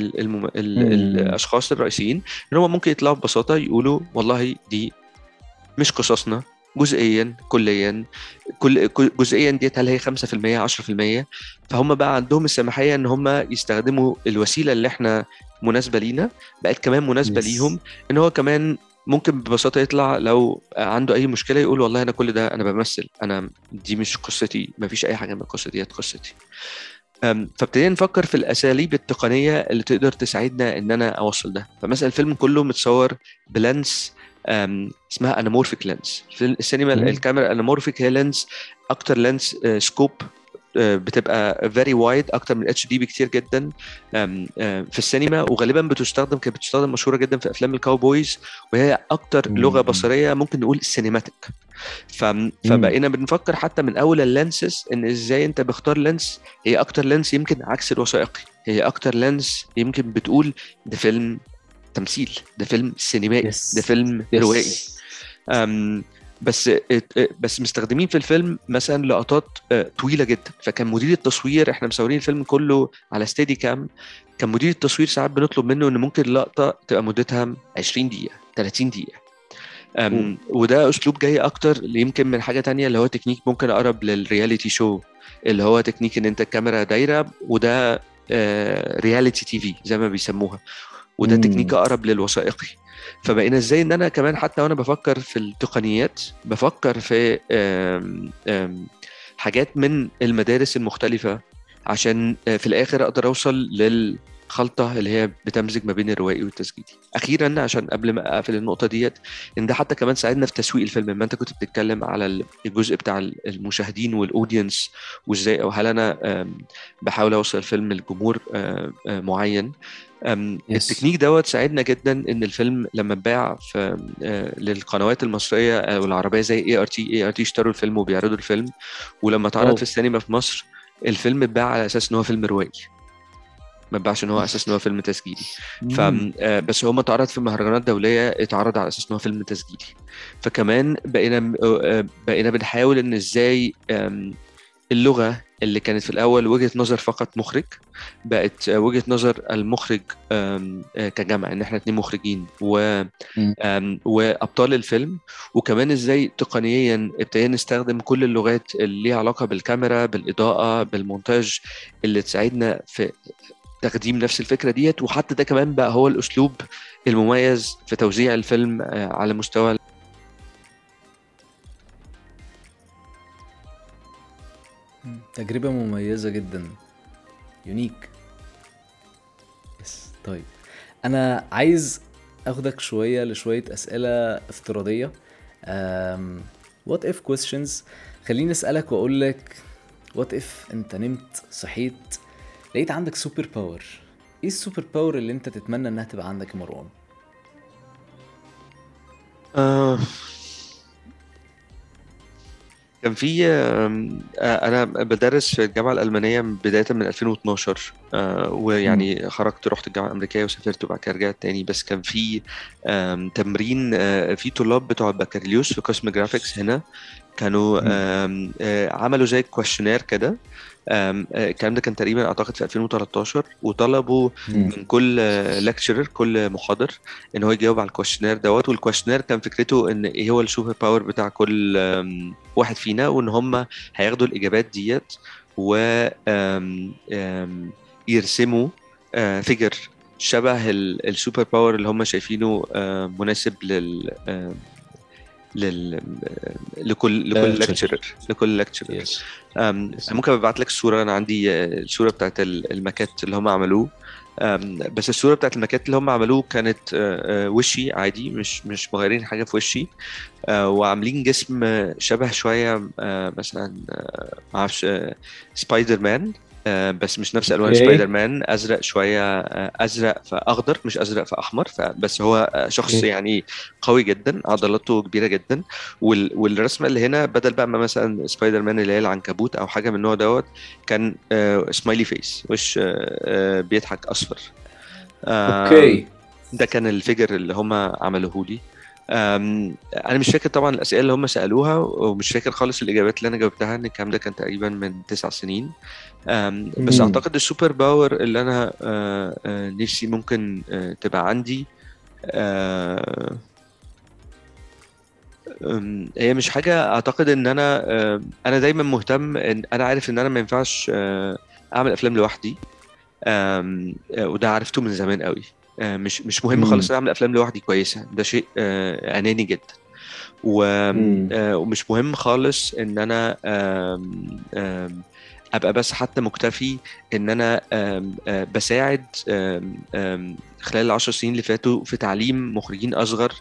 الاشخاص الرئيسيين ان هم ممكن يطلعوا ببساطه يقولوا والله دي مش قصصنا جزئيا كليا، كل جزئيا ديت هل هي 5% 10%. فهم بقى عندهم السماحيه ان هم يستخدموا الوسيله اللي احنا مناسبه لينا، بقت كمان مناسبه ليهم، ان هو كمان ممكن ببساطه يطلع لو عنده اي مشكله يقول والله انا كل ده انا بمثل، انا دي مش قصتي، ما فيش اي حاجه من القصه ديت قصتي. فابتدينا نفكر في الاساليب التقنيه اللي تقدر تساعدنا ان انا اوصل ده. فمثلا الفيلم كله متصور بلانس اسمها انامورفيك لينس. في السينما الكاميرا انامورفيك هي لينس، اكتر لينس سكوب بتبقى فيري وايد، اكتر من اتش دي بكتير جدا في السينما، وغالبا كانت بتستخدم مشهوره جدا في افلام الكاوبويز، وهي اكتر لغه بصريه ممكن نقول السينماتيك. فبقينا بنفكر حتى من اول اللينسز ان ازاي انت بختار لينس هي اكتر لينس يمكن عكس الوثائقي، هي اكتر لينس يمكن بتقول ده فيلم تمثيل، ده فيلم سينمائي، ده فيلم روائي. بس مستخدمين في الفيلم مثلا لقطات طويله جدا. فكان مدير التصوير، احنا مصورين الفيلم كله على ستيدي كام، كان مدير التصوير ساعات بنطلب منه ان ممكن اللقطه تبقى مدتها 20 دقيقه 30 دقيقه. وده اسلوب جاي اكتر يمكن من حاجه تانية، اللي هو تكنيك ممكن اقرب للرياليتي شو، اللي هو تكنيك ان انت الكاميرا دايره، وده رياليتي تي في زي ما بيسموها. وده تكنيك اقرب للوثائقي. فبقينا ازاي ان انا كمان حتى وانا بفكر في التقنيات بفكر في حاجات من المدارس المختلفة عشان في الاخر اقدر اوصل للخلطة اللي هي بتمزج ما بين الروائي والتسجيلي. اخيرا عشان قبل ما اقفل النقطة ديت، ان ده حتى كمان ساعدنا في تسويق الفيلم. ما انت كنت بتتكلم على الجزء بتاع المشاهدين والاودينس وازاي، او هل انا بحاول اوصل الفيلم لجمهور معين. التكنيك دوت ساعدنا جدا ان الفيلم لما اتباع في للقنوات المصريه او العربيه زي اي ار تي اشتروا الفيلم وبيعرضوا الفيلم، ولما اتعرض في السينما في مصر الفيلم اتباع على اساس ان هو فيلم روائي، ما اتباعش ان هو اساس ان هو فيلم تسجيلي. بس هو اتعرض في مهرجانات دوليه اتعرض على اساس ان هو فيلم تسجيلي. فكمان بقينا بنحاول ان ازاي اللغة اللي كانت في الأول وجهة نظر فقط مخرج بقت وجهة نظر المخرج كجمع، إن إحنا 2 مخرجين وأبطال الفيلم. وكمان إزاي تقنيا ابتدينا نستخدم كل اللغات اللي ليها علاقة بالكاميرا، بالإضاءة، بالمونتاج، اللي تساعدنا في تقديم نفس الفكرة ديت. وحتى ده كمان بقى هو الأسلوب المميز في توزيع الفيلم على مستوى تجربة مميزة جدا، يونيك. يس. طيب انا عايز اخدك شوية لشوية اسئلة افتراضية، what if questions. خليني اسألك واقول لك what if انت نمت صحيت لقيت عندك سوبر باور، ايه السوبر باور اللي انت تتمنى انها تبقى عندك يا مروان؟ كان في أنا بدرس في الجامعة الألمانية بداية من 2012، ويعني خرجت رحت الجامعة الأمريكية وسافرت وبعد كده رجعت تاني. بس كان في تمرين في طلاب بتوع البكالوريوس في قسم جرافيكس هنا كانوا عملوا زي كويشنير كده. الكلام ده كان تقريبا اعتقد في 2013، وطلبوا من كل لكتشرر كل محاضر ان هو يجاوب على الكويشنير دوت. والكويشنير كان فكرته ان ايه هو السوبر باور بتاع كل واحد فينا، وان هم هياخدوا الاجابات ديت و يرسموا فيجر شبه السوبر باور اللي هم شايفينه مناسب لكل لكتشرر. ممكن ابعت لك الصوره، انا عندي الصوره بتاعت الماكات اللي هم عملوه. بس الصوره بتاعت الماكات اللي هم عملوه كانت وشي عادي، مش مغيرين حاجه في وشي، وعاملين جسم شبه شويه مثلا معرفش سبايدر مان، بس مش نفس الوان سبايدر مان، ازرق شويه، ازرق فاخضر مش ازرق فاحمر. بس هو شخص يعني قوي جدا، عضلاته كبيره جدا. والرسمه اللي هنا بدل بقى ما مثلا سبايدر مان اللي هي العنكبوت او حاجه من النوع دوت، كان سمايلي فيس، وش بيضحك اصفر. اوكي، ده كان الفيجر اللي هم عملوه لي. انا مش فاكر طبعا الاسئله اللي هم سالوها، ومش فاكر خالص الاجابات اللي انا جاوبتها، ان الكلام ده كان تقريبا من 9 سنين. بس اعتقد السوبر باور اللي انا نفسي ممكن تبقى عندي هي مش حاجه. اعتقد ان انا دايما مهتم، ان انا عارف ان انا ما ينفعش اعمل افلام لوحدي، وده عرفته من زمان قوي. مش مهم خالص اعمل افلام لوحدي كويسه، ده شيء اناني جدا. ومش مهم خالص ان انا ابقى بس حتى مكتفي ان انا بساعد خلال ال10 سنين اللي فاتوا في تعليم مخرجين اصغر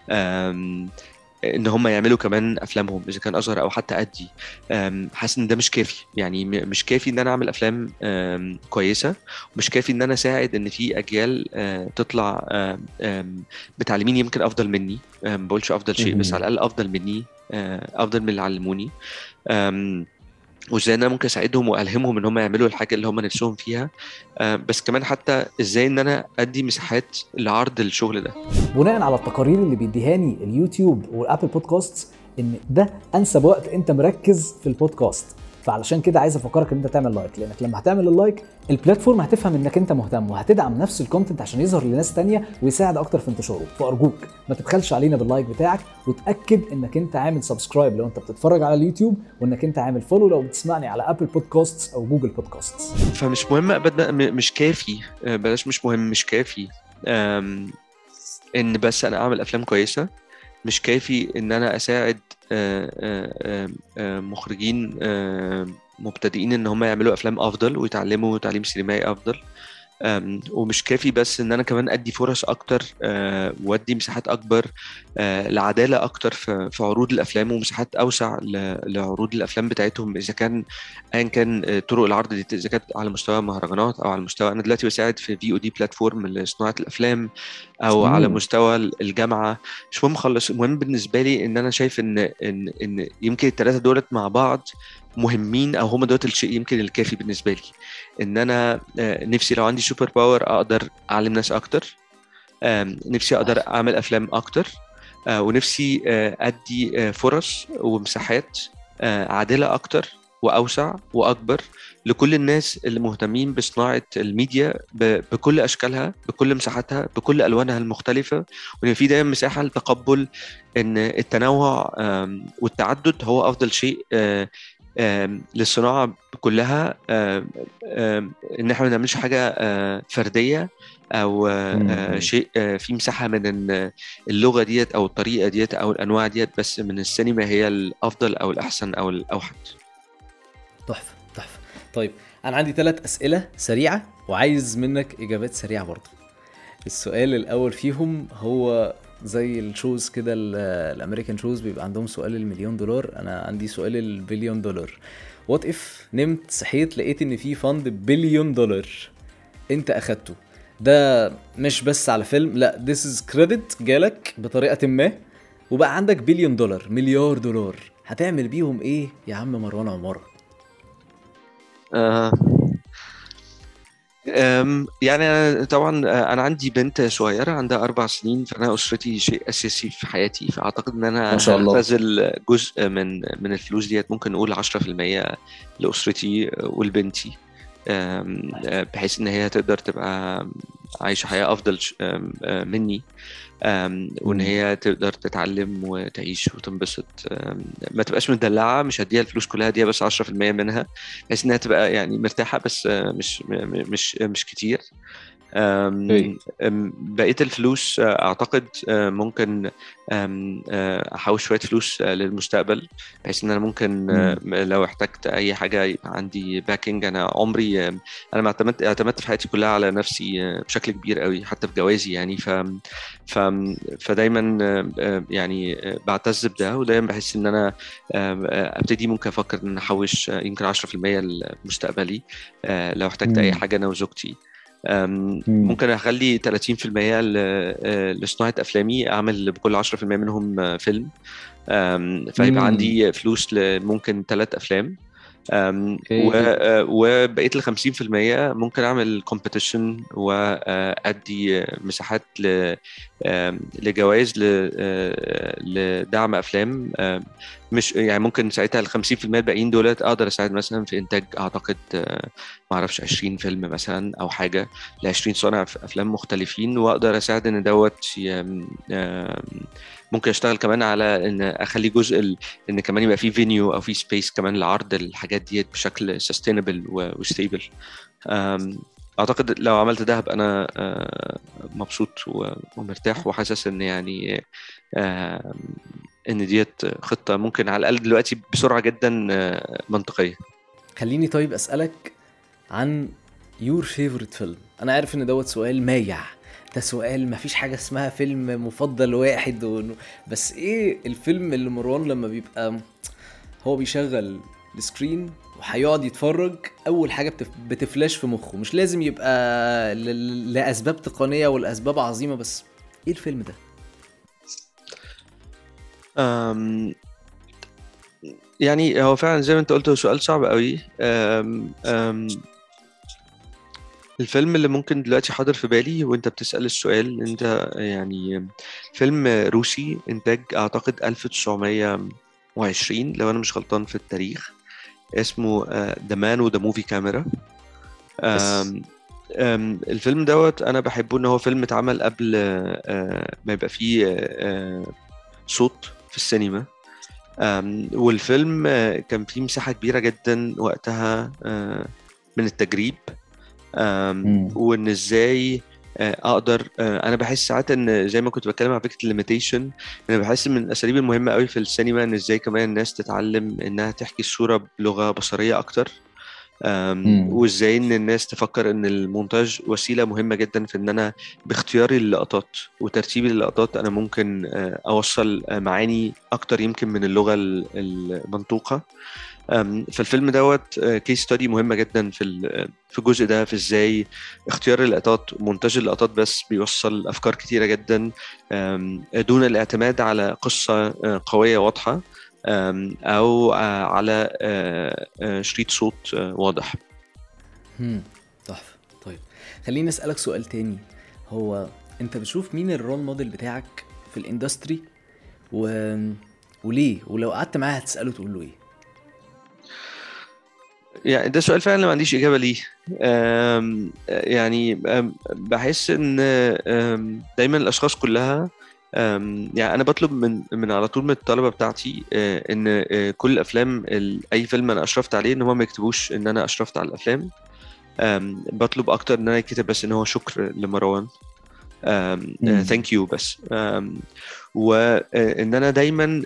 ان هم يعملوا كمان افلامهم اذا كان اصغر او حتى ادي. حاسس ان ده مش كافي، يعني مش كافي ان انا اعمل افلام كويسه، ومش كافي ان انا اساعد ان في اجيال تطلع بتعليمين يمكن افضل مني. ما بقولش افضل شيء، بس على الاقل افضل مني، افضل من اللي علموني. وازاي انا ممكن اساعدهم والهمهم ان هم يعملوا الحاجه اللي هم نفسهم فيها. بس كمان حتى ازاي ان انا ادي مساحات لعرض الشغل ده. بناء على التقارير اللي بيديهاني اليوتيوب والابل بودكاست، ان ده انسب وقت انت مركز في البودكاست. فعلشان كده عايز افكرك ان انت تعمل لايك، لانك لما هتعمل اللايك البلاتفورم هتفهم انك انت مهتم، وهتدعم نفس الكونتنت عشان يظهر لناس تانية ويساعد اكتر في انتشاره. فارجوك ما تبخلش علينا باللايك بتاعك، وتاكد انك انت عامل سبسكرايب لو انت بتتفرج على اليوتيوب، وانك انت عامل فولو لو بتسمعني على ابل بودكاست او جوجل بودكاست. فمش مهم ابدا، مش كافي، بلاش مش مهم، مش كافي ان بس انا اعمل افلام كويسه مش كافي ان انا اساعد مخرجين مبتدئين ان هم يعملوا افلام افضل ويتعلموا تعليم سينمائي افضل. ومش كافي بس ان انا كمان ادي فرص اكتر وادي مساحات اكبر لعداله اكتر في عروض الافلام ومساحات اوسع لعروض الافلام بتاعتهم، اذا كان ايا كان طرق العرض دي، اذا كانت على مستوى مهرجانات او على مستوى انا دلوقتي بساعد في VOD بلاتفورم لصناعه الافلام او على مستوى الجامعه. مش مهم خالص، المهم بالنسبه لي ان انا شايف ان يمكن الثلاثه دولت مع بعض مهمين، او هم دوت الشيء يمكن الكافي بالنسبه لي. ان انا نفسي لو عندي سوبر باور اقدر اعلم ناس اكتر، نفسي اقدر اعمل افلام اكتر، ونفسي ادي فرص ومساحات عادله اكتر واوسع واكبر لكل الناس اللي مهتمين بصناعه الميديا بكل اشكالها، بكل مساحاتها، بكل الوانها المختلفه، وان في دايما مساحه لتقبل ان التنوع والتعدد هو افضل شيء للصناعه كلها. ان احنا ما نعملش حاجه فرديه او شيء في مساحه من اللغه ديت او الطريقه ديت او الانواع ديت بس من السينما هي الافضل او الاحسن او الاوحد. تحفه تحفه. طيب انا عندي 3 اسئله سريعه وعايز منك اجابات سريعه برضه. السؤال الاول فيهم هو زي الشوز كده، الامريكان شوز بيبقى عندهم سؤال $1,000,000، انا عندي سؤال $1,000,000,000. وات اف نمت صحيت لقيت ان في فند $1,000,000,000 انت اخدته، ده مش بس على فيلم، لا this is credit جالك بطريقه ما وبقى عندك $1,000,000,000 مليار دولار، هتعمل بيهم ايه يا عم مروان عمارة؟ يعني أنا طبعا أنا عندي بنت صغيرة عندها 4 سنين، فأنا أسرتي شيء أساسي في حياتي، فأعتقد إن أنا ما شاء الله. هختزل جزء من الفلوس ديت، ممكن نقول 10% لأسرتي ولبنتي، بحيث إن هي تقدر تبقى عايشة حياة أفضل مني، وإن هي تقدر تتعلم وتعيش وتنبسط، ما تبقاش مدلعة، مش هديها الفلوس كلها، هديها بس 10% منها، بحيث إنها تبقى يعني مرتاحة بس مش كتير. بقية الفلوس أعتقد ممكن أحوش شوية فلوس للمستقبل، بحيث إن أنا ممكن لو احتجت أي حاجة يبقى عندي باكينج. أنا عمري أنا ما اعتمدت في حياتي كلها على نفسي بشكل كبير قوي، حتى في جوازي يعني، فدايما يعني بعتز بده، ودايما بحس إن أنا أبتدي ممكن أفكر إن أحوش يمكن 10% لمستقبلي لو احتجت أي حاجة أنا وزوجتي. ممكن اخلي 30% لصناعه افلامي، اعمل بكل 10% منهم فيلم، فيبقى عندي فلوس ممكن 3 افلام. وبقيت 50% ممكن اعمل كومبيتيشن وادي مساحات لجوائز لدعم افلام، مش يعني ممكن ساعتها 50% الباقيين دولت اقدر اساعد مثلا في انتاج، اعتقد ما اعرفش 20 فيلم مثلا او حاجه ل20 صانع في افلام مختلفين، واقدر اساعد ان دوت ممكن اشتغل كمان على ان اخلي جزء ان كمان يبقى في فينيو او في سبيس كمان لعرض الحاجات ديت بشكل سستينبل وستيبل. اعتقد لو عملت ده هبقى انا مبسوط ومرتاح وحاسس ان يعني ان ديت خطة ممكن على الاقل دلوقتي بسرعة جدا منطقية. خليني طيب اسالك عن يور فيفورت فيلم. انا عارف ان دوت سؤال مايع، ده سؤال مفيش حاجة اسمها فيلم مفضل واحد بس ايه الفيلم اللي مروان لما بيبقى هو بيشغل السكرين وهيقعد يتفرج اول حاجة بتفلاش في مخه، مش لازم يبقى لاسباب تقنية والاسباب عظيمة، بس ايه الفيلم ده؟ يعني هو فعلا زي ما انت قلت سؤال صعب قوي. الفيلم اللي ممكن دلوقتي حاضر في بالي وانت بتسأل السؤال، انت يعني فيلم روسي انتاج اعتقد 1920 لو انا مش غلطان في التاريخ، اسمه The Man with the Movie Camera. الفيلم دوت انا بحبه ان هو فيلم اتعمل قبل ما يبقى فيه صوت في السينما، والفيلم كان فيه مساحة كبيرة جدا وقتها من التجريب، وان ازاي اقدر انا بحس ساعات ان زي ما كنت بتكلم عن فكره الليميتيشن، انا بحس من الاساليب المهمه قوي في السينما ان ازاي كمان الناس تتعلم انها تحكي الصوره بلغه بصريه اكتر. امم. وازاي ان الناس تفكر ان المونتاج وسيله مهمه جدا في ان انا باختياري للقطات وترتيبي للقطات انا ممكن اوصل معاني اكتر يمكن من اللغه المنطوقه. فالفيلم دوت كيس ستادي مهمه جدا في الجزء ده، في ازاي اختيار اللقطات ومونتاج اللقطات بس بيوصل افكار كتيره جدا دون الاعتماد على قصه قويه واضحه او على شريط صوت واضح. هم، تحفة. طيب خليني اسألك سؤال تاني، هو انت بتشوف مين الرول موديل بتاعك في الاندستري و... وليه؟ ولو قعدت معاه هتسأله تقول له ايه؟ يعني ده سؤال فعلا ما عنديش إجابة ليه. يعني بحس إن دايما الأشخاص كلها يعني أنا بطلب من على طول من الطلبة بتاعتي إن كل الأفلام أي فيلم أنا أشرفت عليه إن هم ما يكتبوش إن أنا أشرفت على الأفلام. بطلب أكتر إن أنا يكتب بس إن هو شكر لمروان، ثانك يو بس. وإن أنا دايما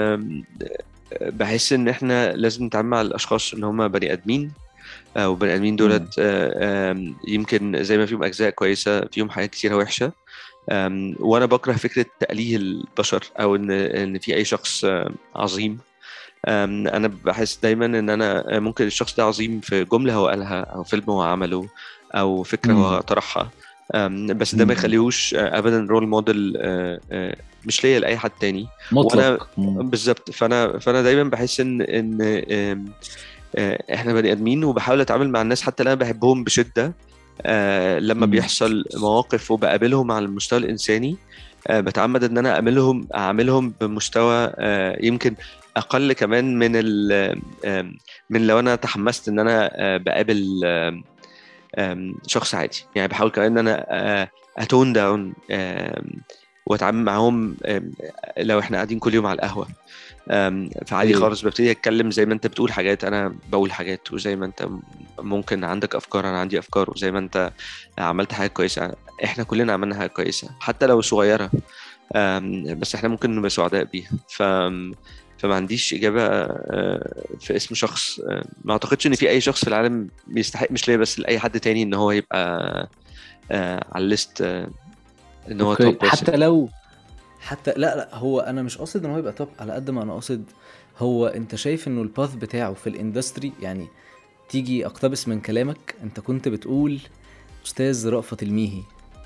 بحس ان احنا لازم نتعامل مع الاشخاص ان هم بني ادمين، وبني ادمين دولت يمكن زي ما فيهم اجزاء كويسه فيهم حاجات كتيره وحشه. وانا بكره فكره تأليه البشر او ان في اي شخص عظيم. انا بحس دايما ان انا ممكن الشخص ده عظيم في جمله هو قالها او فيلم هو عمله او فكره هو طرحها، بس ده ما يخليهوش ابدا رول موديل مش ليا لاي حد تاني. وانا مطلق. بالظبط، فانا دايما بحس ان احنا بني ادمين، وبحاول اتعامل مع الناس حتى اللي انا بحبهم بشده لما بيحصل مواقف وبقابلهم على المستوى الانساني بتعمد ان انا اعملهم بمستوى يمكن اقل كمان من لو انا تحمست ان انا بقابل شخص عادي. يعني بحاول كمان ان انا اتون داون واتعامل معاهم لو احنا قاعدين كل يوم على القهوه فعادي خالص ببتدي اتكلم زي ما انت بتقول حاجات انا بقول حاجات، وزي ما انت ممكن عندك افكار انا عندي افكار، وزي ما انت عملت حاجه كويسه احنا كلنا عملنا حاجه كويسه حتى لو صغيره بس احنا ممكن نبقى سعداء بيها. فما عنديش إجابة في اسم شخص. ما أعتقدش إن في أي شخص في العالم بيستحق مش ليا بس لأي حد تاني إن هو يبقى على الليست إن هو توب حتى لا هو أنا مش قاصد إن هو يبقى توب على قد ما أنا قاصد هو أنت شايف إنه الباث بتاعه في الاندستري. يعني تيجي أقتبس من كلامك، أنت كنت بتقول أستاذ رأفت الميهي،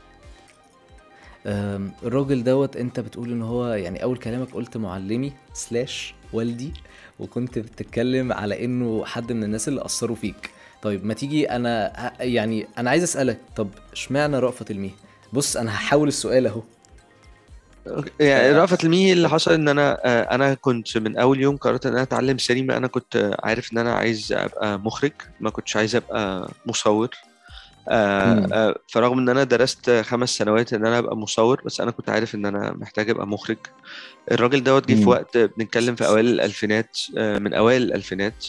الراجل دوت انت بتقول ان هو يعني اول كلامك قلت معلمي / والدي، وكنت بتتكلم على انه حد من الناس اللي اثروا فيك. طيب ما تيجي انا عايز اسالك، طب اشمعنى رأفت الميهي؟ بص انا هحاول السؤال اهو. يعني رأفت الميهي اللي حصل ان انا كنت من اول يوم قررت ان انا اتعلم سينما. انا كنت عارف ان انا عايز ابقى مخرج، ما كنتش عايز ابقى مصور. فرغم ان انا درست 5 سنوات ان انا ابقى مصور، بس انا كنت عارف ان انا محتاج ابقى مخرج. الراجل دوت جه في وقت بنتكلم في اوائل الالفينات، من اوائل الالفينات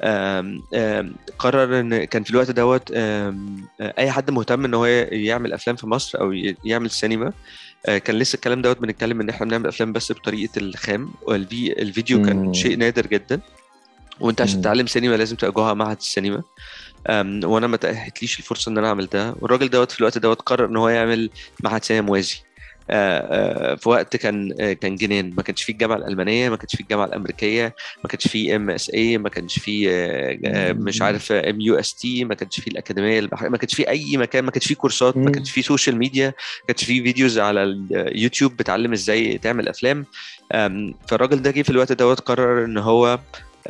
قرر ان كان في الوقت دوت اي حد مهتم ان هو يعمل افلام في مصر او يعمل سينما. كان لسه الكلام دوت بنتكلم ان احنا بنعمل افلام بس بطريقه الخام، والفيديو كان شيء نادر جدا، وانت عشان تتعلم سينما لازم تأجوها معهد السينما. وانا ما تأهتليش الفرصه ان انا اعمل ده. والراجل دوت في الوقت دوت قرر ان هو يعمل معهد سينما موازي في وقت كان جنان. ما كانش فيه الجامعه الالمانيه، ما كانش فيه الجامعه الامريكيه، ما كانش فيه MSA، ما كانش فيه مش عارف MUST، ما كانش فيه الاكاديميه البحريه، ما كانش فيه اي مكان، ما كانش فيه كورسات، ما كانش فيه سوشيال ميديا، ما كانش فيه فيديوز على اليوتيوب بتعلم ازاي تعمل افلام. فالراجل ده جه في الوقت دوت قرر ان هو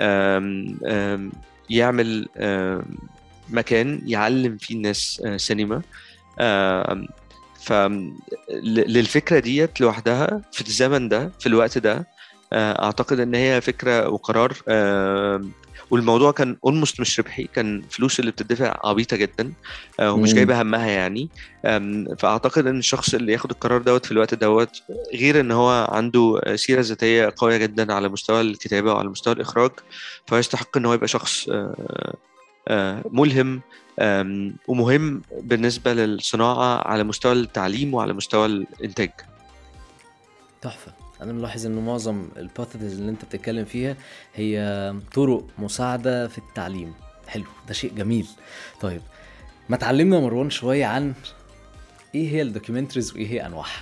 يعمل مكان يعلم فيه الناس سينما. فللفكرة ديت لوحدها في الزمن ده في الوقت ده أعتقد إن هي فكرة وقرار. والموضوع كان almost مش ربحي، كان فلوس اللي بتدفع عبيطة جدا ومش جايبة همها يعني. فأعتقد إن الشخص اللي ياخد القرار دوت في الوقت دوت، غير إن هو عنده سيرة ذاتية قوية جدا على مستوى الكتابة وعلى مستوى الإخراج، فيستحق إن هو يبقى شخص ملهم ومهم بالنسبة للصناعة على مستوى التعليم وعلى مستوى الإنتاج. تحفة. أنا ملاحظ إنه معظم الباثز اللي أنت بتتكلم فيها هي طرق مساعدة في التعليم. حلو، ده شيء جميل. طيب ما تعلمنا مروان شوية عن إيه هي الدوكيومنتريز وإيه هي أنواعها؟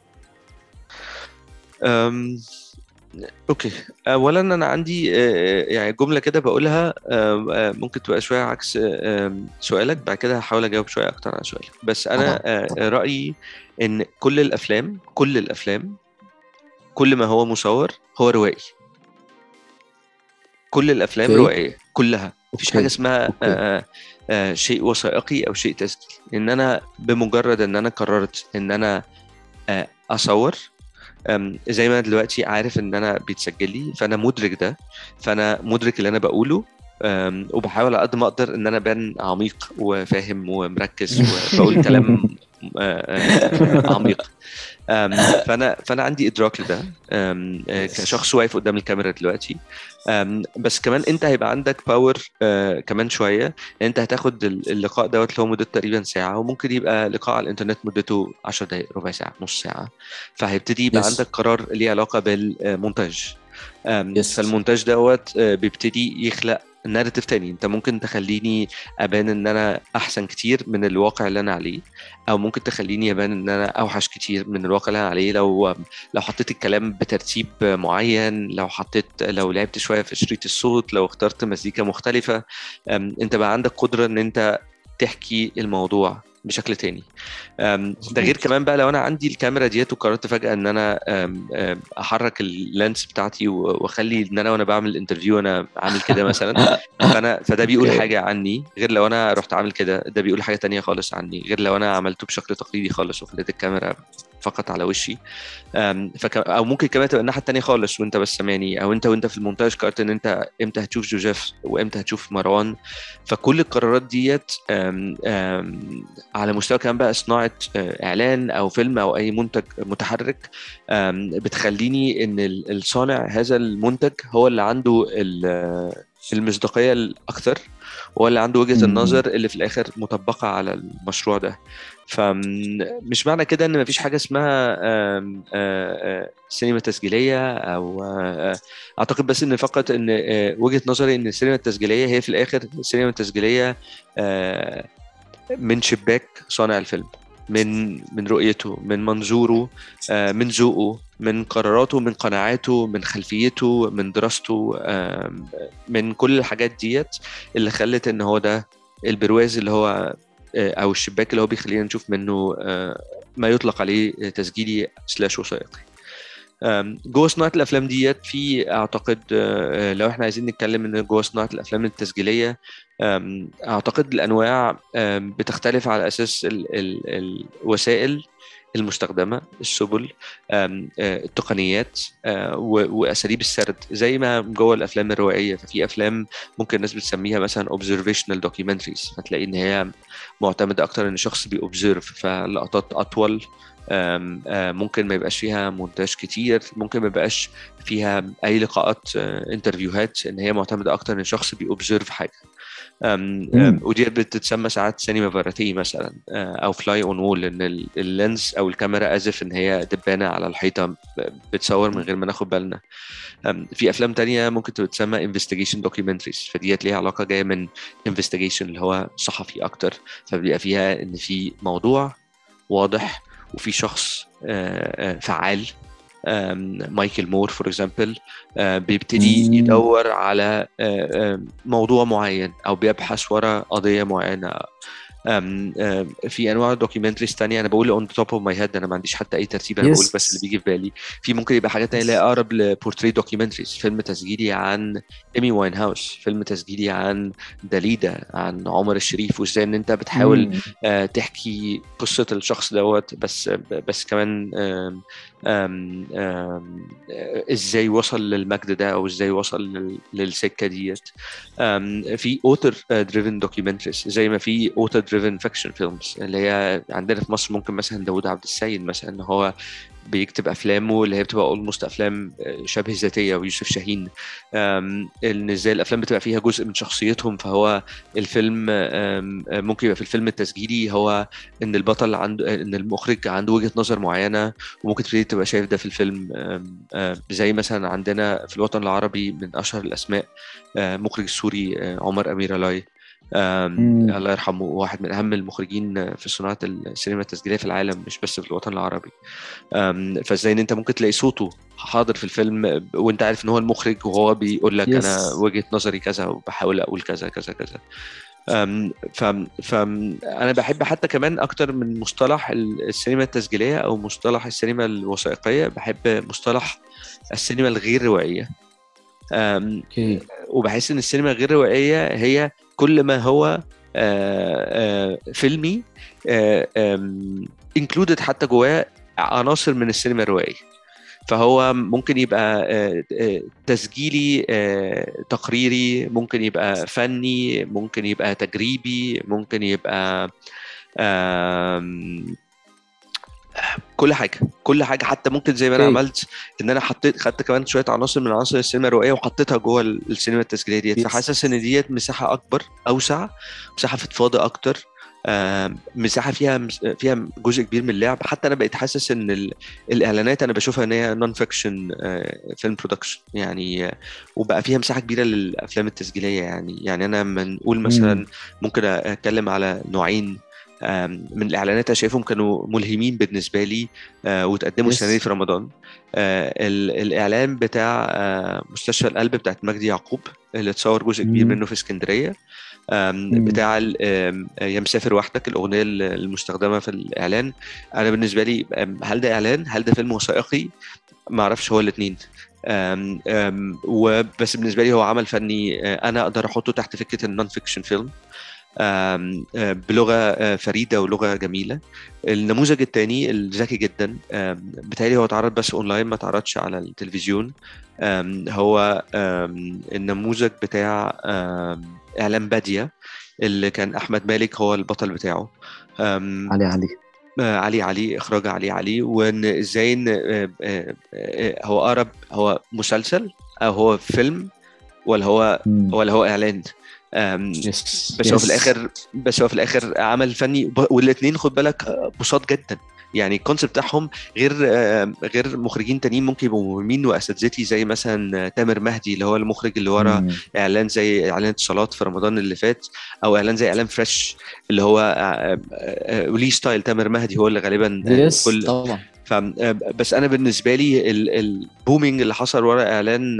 اوكي، اولا انا عندي يعني جمله كده بقولها ممكن تبقى شويه عكس سؤالك، بعد كده هحاول اجاوب شويه اكتر على سؤالك. بس انا رايي ان كل الافلام كل ما هو مصور هو روائي. كل الافلام روائيه كلها، مفيش حاجه اسمها شيء وثائقي او شيء تسجيل. ان انا بمجرد ان انا قررت ان انا اصور، زي ما دلوقتي عارف ان انا بيتسجل لي، فانا مدرك ده، فانا مدرك اللي انا بقوله، وبحاول على قد ما اقدر ان انا ابان عميق وفاهم ومركز وبقول كلام عميق. فانا عندي ادراك لده كشخص واقف قدام الكاميرا دلوقتي. بس كمان انت هيبقى عندك باور كمان شويه. انت هتاخد اللقاء دوت اللي هو مدته تقريبا ساعه، وممكن يبقى لقاء على الانترنت مدته 10 دقائق، ربع ساعه، نص ساعه. فهيبتدي يبقى عندك قرار ليه علاقه بالمونتاج. فالمونتاج دوت بيبتدي يخلق ناريتيف تاني. انت ممكن تخليني ابان ان انا احسن كتير من الواقع اللي انا عليه، او ممكن تخليني ابان ان انا اوحش كتير من الواقع اللي انا عليه. لو حطيت الكلام بترتيب معين، لو لعبت شويه في شريط الصوت، لو اخترت مزيكا مختلفه، انت بقى عندك قدره ان انت تحكي الموضوع بشكل تاني. ده غير كمان بقى لو انا عندي الكاميرا ديت وقررت فجأة ان انا احرك اللانس بتاعتي واخلي ان انا وانا بعمل انترفيو انا عامل كده مثلا، فده بيقول حاجة عني، غير لو انا رحت عامل كده ده بيقول حاجة تانية خالص عني، غير لو انا عملته بشكل تقليدي خالص وخليت الكاميرا فقط على وشي. او ممكن كمان تبقى الناحية التانية خالص وانت بس سامعني، او انت في المونتاج قررت ان انت امتى هتشوف جوزيف وامتى هتشوف مروان. فكل القرارات ديت على مستوى كمان بقى صناعة إعلان أو فيلم أو أي منتج متحرك، بتخليني إن الصانع هذا المنتج هو اللي عنده المصداقية الأكثر، وهو اللي عنده وجهة النظر اللي في الآخر مطبقة على المشروع ده. فمش معنى كده إن مفيش حاجة اسمها سينما تسجيلية أو أعتقد بس إن فقط إن وجهة نظري إن السينما التسجيلية هي في الآخر السينما التسجيلية من شباك صانع الفيلم، من رؤيته، من منظوره، من ذوقه، من قراراته، من قناعاته، من خلفيته، من دراسته، من كل الحاجات ديت اللي خلت ان هو ده البرواز اللي هو او الشباك اللي هو بيخلينا نشوف منه ما يطلق عليه تسجيلي / وثائقي. جوه صناعة الأفلام ديت في أعتقد لو احنا عايزين نتكلم إن جوه صناعة الأفلام التسجيلية أعتقد الأنواع بتختلف على أساس الوسائل المستخدمة، السبل، التقنيات، وأساليب السرد. زي ما جوه الأفلام الروائية، ففي أفلام ممكن الناس بتسميها مثلا observational documentaries، فتلاقي إن هي معتمدة أكتر إن شخص بيobserve، فلقطات أطول، ممكن ما يبقاش فيها مونتاج كتير، ممكن ما يبقاش فيها اي لقاءات انترفيوهات، ان هي معتمده اكتر ان شخص بيوبزرف حاجه. ودي بتتسمى ساعات سينما فاراتي مثلا، او فلاي اون وول، ان اللينس او الكاميرا ازف ان هي دبانه على الحيطه بتصور من غير ما ناخد بالنا. في افلام تانية ممكن تتسمى انفستيجيشن دوكيومنتريز، فديت ليها علاقه جايه من انفستيجيشن اللي هو صحفي اكتر، فبيبقى فيها ان في موضوع واضح وفي شخص فعال. مايكل مور فور اكزامبل بيبتدي يدور على موضوع معين او بيبحث وراء قضيه معينه. في انواع دوكيومنتريز تانية انا بقول اون توب اوف ماي هيد، انا ما عنديش حتى اي ترتيب، انا بقول بس اللي بيجي في بالي. في ممكن يبقى حاجات تانية لها اقرب لبورتري دوكيومنتريز، فيلم تسجيلي عن ايمي واين هاوس، فيلم تسجيلي عن داليدا، عن عمر الشريف، وازاي ان انت بتحاول تحكي قصه الشخص دوت، بس كمان ازاي وصل للمجد ده او ازاي وصل للسكه ديت. في اوتر دريفن دوكيومنتريز زي ما في اوتر دريفن فيكشن فيلمز اللي هي عندنا في مصر، ممكن مثلا داوود عبد السيد مثلا، ان هو بيكتب افلامه اللي هي بتبقى اولموست افلام شبه ذاتيه، ويوسف شاهين، ان ازاي الافلام بتبقى فيها جزء من شخصيتهم. فهو الفيلم ممكن يبقى في الفيلم التسجيلي هو ان البطل عنده، ان المخرج عنده وجهه نظر معينه، وممكن تبتدي تبقى شايف ده في الفيلم. زي مثلا عندنا في الوطن العربي من اشهر الاسماء مخرج السوري عمر امير علاي، الله يرحمه، واحد من اهم المخرجين في صناعه السينما التسجيليه في العالم، مش بس في الوطن العربي. فازاي ان انت ممكن تلاقي صوته حاضر في الفيلم وانت عارف ان هو المخرج، وهو بيقول لك انا وجهة نظري كذا وبحاول اقول كذا كذا كذا. فانا بحب حتى كمان اكتر من مصطلح السينما التسجيليه او مصطلح السينما الوثائقيه، بحب مصطلح السينما الغير روائيه. وبحس ان السينما الغير روائيه هي كل ما هو فيلمي included حتى جواه عناصر من السينما الروائية. فهو ممكن يبقى تسجيلي، تقريري، ممكن يبقى فني، ممكن يبقى تجريبي، ممكن يبقى كل حاجه حتى ممكن زي ما انا عملت ان انا خدت كمان شويه عناصر من عناصر السينما الروائيه وحطيتها جوه السينما التسجيليه ديت. فحاسس ان ديت مساحه اكبر، اوسع، مساحه فضفاضه اكتر، مساحه فيها جزء كبير من اللعب. حتى انا بقيت حاسس ان الاعلانات انا بشوفها ان هي نون فيكشن فيلم برودكشن يعني، وبقى فيها مساحه كبيره للافلام التسجيليه. يعني انا لما نقول مثلا ممكن اتكلم على نوعين من الاعلانات انا شايفهم كانوا ملهمين بالنسبه لي وتقدموا السنه دي في رمضان. الاعلان بتاع مستشفى القلب بتاعت مجدي يعقوب اللي اتصور جزء كبير منه في اسكندريه، بتاع يا مسافر وحدك، الاغنيه المستخدمه في الاعلان. انا بالنسبه لي هل ده اعلان، هل ده فيلم وثائقي؟ ما اعرفش، هو الاثنين. وبس بالنسبه لي هو عمل فني انا اقدر احطه تحت فكره النون فيكشن فيلم بلغه فريده ولغه جميله. النموذج الثاني الذكي جدا بتهيألي هو اتعرض بس اونلاين، ما اتعرضش على التلفزيون، هو النموذج بتاع اعلان بادية اللي كان احمد مالك هو البطل بتاعه. علي اخراج علي وان ازاي ان هو اقرب هو مسلسل او هو فيلم ولا هو اعلان. بس هو في الاخر عمل فني، والاثنين خد بالك بساط جدا. يعني الكونسيبت بتاعهم غير مخرجين تانيين ممكن يبقوا مهمين واساتذتي، زي مثلا تامر مهدي اللي هو المخرج اللي ورا اعلان زي اعلان اتصالات في رمضان اللي فات، او اعلان زي اعلان فريش اللي هو ولي ستايل تامر مهدي هو اللي غالبا كل طبعا. بس انا بالنسبه لي البومينج اللي حصل ورا اعلان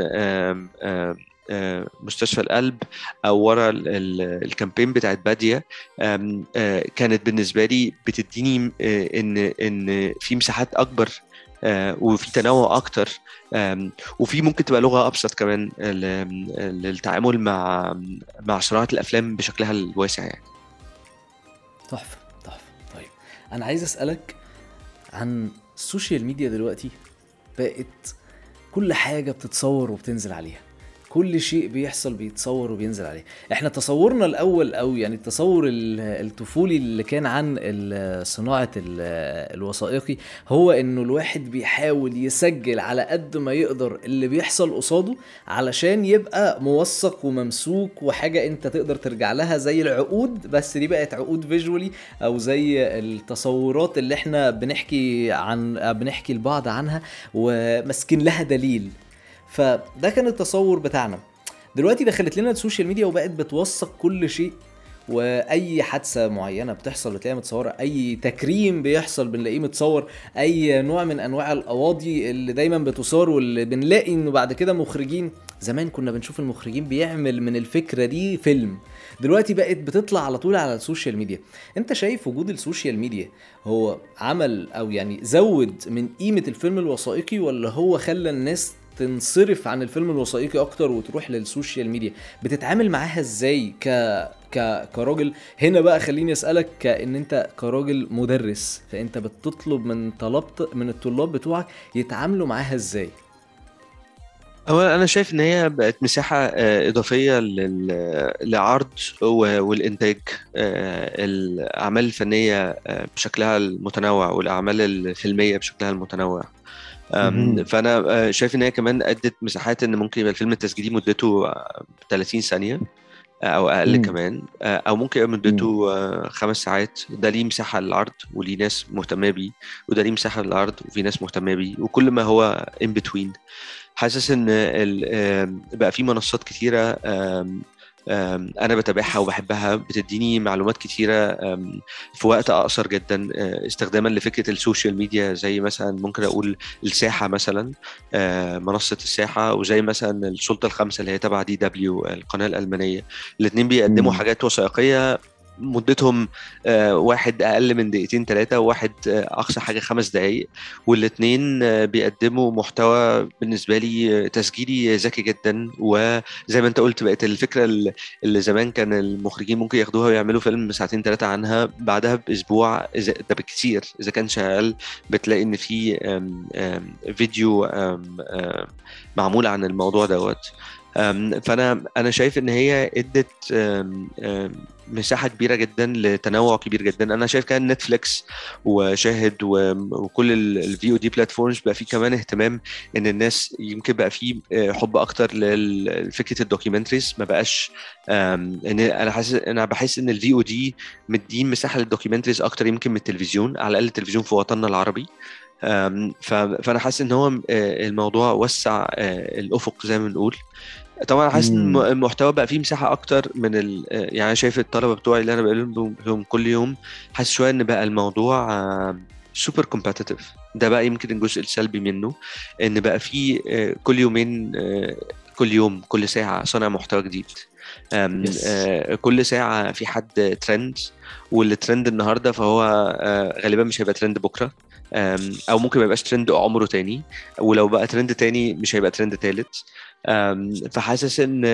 مستشفى القلب او ورا الكامبين بتاعت بادية كانت بالنسبه لي بتديني ان في مساحات اكبر وفي تنوع اكتر، وفي ممكن تبقى لغه ابسط كمان للتعامل مع صناعه الافلام بشكلها الواسع يعني. تحفه. طيب انا عايز اسالك عن السوشيال ميديا. دلوقتي بقت كل حاجه بتتصور وبتنزل عليها، كل شيء بيحصل بيتصور وبينزل عليه. احنا تصورنا الاول، او يعني التصور الطفولي اللي كان عن صناعة الوثائقي هو انه الواحد بيحاول يسجل على قد ما يقدر اللي بيحصل قصاده علشان يبقى موثق وممسوك وحاجة انت تقدر ترجع لها زي العقود، بس دي بقت عقود فيجولي، او زي التصورات اللي احنا بنحكي البعض عنها ومسكن لها دليل. فده كان التصور بتاعنا. دلوقتي دخلت لنا السوشيال ميديا وبقت بتوثق كل شيء، واي حادثه معينه بتحصل بتلاقيها متصوره، اي تكريم بيحصل بنلاقيه متصور، اي نوع من انواع القواضي اللي دايما بتصار واللي بنلاقي انه بعد كده مخرجين. زمان كنا بنشوف المخرجين بيعمل من الفكره دي فيلم، دلوقتي بقت بتطلع على طول على السوشيال ميديا. انت شايف وجود السوشيال ميديا هو عمل او يعني زود من قيمه الفيلم الوثائقي، ولا هو خلى الناس تنصرف عن الفيلم الوثائقي اكتر وتروح للسوشيال ميديا؟ بتتعامل معاها ازاي كراجل؟ هنا بقى خليني اسالك كأن انت كراجل مدرس، فانت بتطلب من الطلاب بتوعك يتعاملوا معاها ازاي؟ أولا أنا شايف إن هي بقت مساحة إضافية لعرض والإنتاج الأعمال الفنية بشكلها المتنوع والأعمال الفيلمية بشكلها المتنوع. فأنا شايف إن هي كمان أدت مساحات إن ممكن يبقى الفيلم التسجيلي مدته 30 ثانية او اقل مم. كمان، او ممكن يبقى مدته 5 ساعات. ده ليه مساحه للعرض وليه ناس مهتمه بيه، وده ليه مساحه للعرض وفي ناس مهتمه بيه، وكل ما هو in between. حاسس ان بقى في منصات كتيره انا بتابعها وبحبها، بتديني معلومات كتيره في وقت اقصر جدا، استخداما لفكره السوشيال ميديا، زي مثلا ممكن اقول الساحه مثلا، منصه الساحه، وزي مثلا السلطه الخامسه اللي هي تبع DW القناه الالمانيه. الاثنين بيقدموا مم. حاجات وثائقيه مدتهم واحد أقل من دقيقتين 3، وواحد أقصى حاجة 5 دقايق، والاتنين بيقدموا محتوى بالنسبة لي تسجيلي ذكي جدا. وزي ما أنت قلت، بقت الفكرة اللي زمان كان المخرجين ممكن ياخدوها ويعملوا فيلم ساعتين 3 عنها، بعدها بأسبوع ده بالكثير إذا كان شغال بتلاقي إن في فيديو معمول عن الموضوع دوت. فانا شايف ان هي ادت مساحه كبيره جدا لتنوع كبير جدا. انا شايف كان نتفليكس وشاهد وكل الفي او دي بلاتفورمز بقى فيه كمان اهتمام ان الناس يمكن بقى فيه حب اكتر لفكره الدوكيومنتريز. ما بقاش ان انا بحس ان الفي او دي مدين مساحه للدوكيومنتريز اكتر يمكن من التلفزيون، على الاقل التلفزيون في وطننا العربي. فانا حاسس ان هو الموضوع وسع الافق زي ما بنقول. طبعا حاسس ان مم. المحتوى بقى فيه مساحه اكتر من يعني أنا شايف الطلبه بتوعي اللي انا بقابلهم لهم كل يوم، حاسس شويه ان بقى الموضوع سوبر كومباتيتيف. ده بقى يمكن الجزء السلبي منه، ان بقى فيه كل يومين كل يوم كل ساعه صانع محتوى جديد. يس. كل ساعه في حد ترند، والترند النهارده فهو غالبا مش هيبقى ترند بكره، او ممكن ما يبقاش ترند عمره تاني، ولو بقى ترند تاني مش هيبقى ترند تالت. فحاسس ان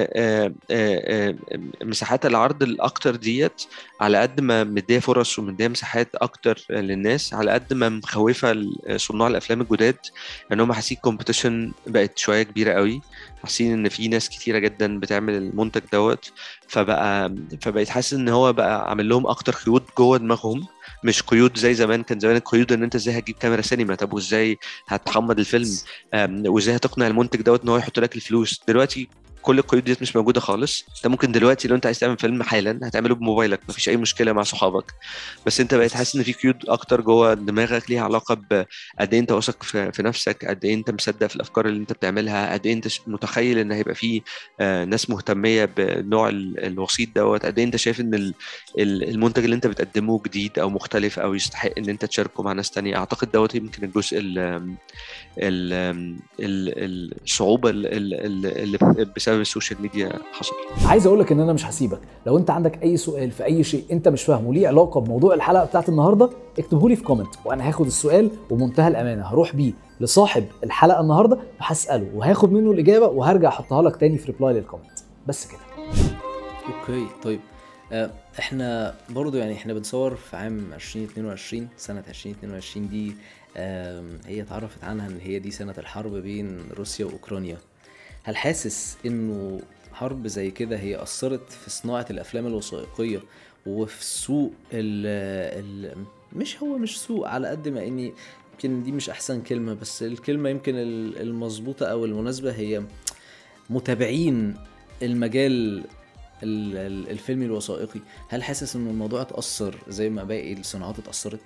مساحات العرض الاكتر ديت على قد ما مديه فرص ومديه مساحات اكتر للناس، على قد ما مخوفه صناع الافلام الجداد، ان هم حاسين كومبيتيشن بقت شويه كبيره قوي، حاسين ان في ناس كتيره جدا بتعمل المنتج دوت. فبقيت حاسس ان هو بقى عامل لهم اكتر قيود جوه دماغهم، مش قيود زي زمان. كان زمان القيود ان انت ازاي هتجيب كاميرا سينما، طب وازاي هتحمض الفيلم، وازاي هتقنع المنتج دوت ان هو يحط لك الفلوس. دلوقتي كل القيود دي مش موجوده خالص. انت ممكن دلوقتي لو انت عايز تعمل فيلم حالا هتعمله بموبايلك، مفيش اي مشكله مع صحابك. بس انت بقيت حاسس ان في قيود اكتر جوه دماغك ليها علاقه بقد ايه انت واثق في نفسك، قد ايه انت مصدق في الافكار اللي انت بتعملها، قد ايه انت متخيل ان هيبقى في ناس مهتميه بالنوع الوسيط دوت، قد ايه انت شايف ان المنتج اللي انت بتقدمه جديد او مختلف او يستحق ان انت تشاركه مع ناس تانية. اعتقد دوت يمكن الجزء الصعوبة اللي بسبب السوشيال ميديا حصل. عايز اقول لك ان انا مش هسيبك. لو انت عندك اي سؤال في اي شيء انت مش فاهمه ليه علاقه بموضوع الحلقه بتاعت النهارده، اكتبه لي في كومنت وانا هاخد السؤال وبمنتهى الامانه هروح بيه لصاحب الحلقه النهارده وهساله وهاخد منه الاجابه وهرجع احطها لك تاني في ريبلاي للكومنت. بس كده. اوكي طيب، احنا برضو يعني احنا بنصور في عام 2022. سنة 2022 دي هي اتعرفت عنها ان هي دي سنة الحرب بين روسيا واوكرانيا. هل حاسس انه حرب زي كده هي اثرت في صناعة الافلام الوثائقية وفي سوق مش سوق على قد ما اني يمكن دي مش احسن كلمة، بس الكلمة يمكن المظبوطة او المناسبة هي متابعين المجال الفيلمي الوثائقي؟ هل حاسس ان الموضوع اتأثر زي ما باقي الصناعات اتأثرت؟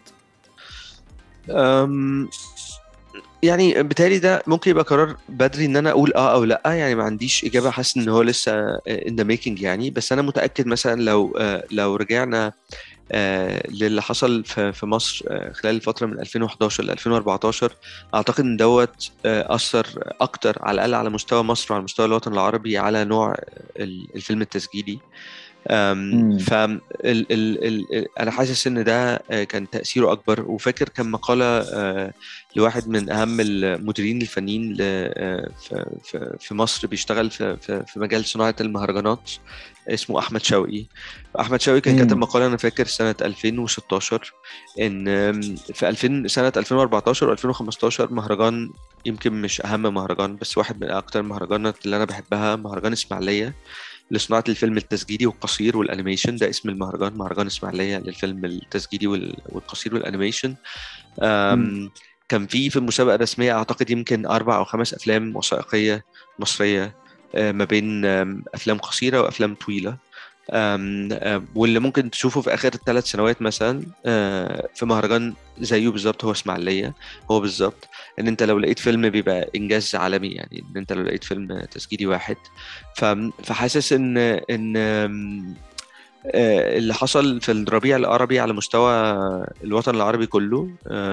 يعني بالتالي ده ممكن يبقى قرار بدري ان انا اقول او لا، يعني ما عنديش اجابه، حاسس ان هو لسه in the making يعني. بس انا متاكد مثلا لو رجعنا للي حصل في مصر خلال الفتره من 2011 ل 2014، اعتقد ان دوت اثر اكتر على الاقل على مستوى مصر وعلى مستوى الوطن العربي على نوع الفيلم التسجيلي. ف انا حاسس ان ده كان تاثيره اكبر. وفاكر كان مقاله لواحد من اهم المديرين الفنيين في مصر، بيشتغل في مجال صناعه المهرجانات، اسمه احمد شوقي. احمد شوقي كان كاتب مقاله انا فاكر سنه 2016 ان سنه 2014 و2015 مهرجان يمكن مش اهم مهرجان بس واحد من اكتر المهرجانات اللي انا بحبها، مهرجان اسماعيليه لصناعة الفيلم التسجيلي والقصير والأنيميشن. ده اسم المهرجان، مهرجان إسماعيلية للفيلم التسجيلي والقصير والأنيميشن. كان في المسابقة الرسمية أعتقد يمكن 4 أو 5 أفلام وثائقية مصرية، ما بين أفلام قصيرة وأفلام طويلة. واللي ممكن تشوفه في آخر 3 سنوات مثلا في مهرجان زيه بالظبط هو إسماعيلية. هو بالظبط ان انت لو لقيت فيلم بيبقى انجاز عالمي، يعني ان انت لو لقيت فيلم تسجيلي واحد. فحاسس ان اللي حصل في الربيع العربي على مستوى الوطن العربي كله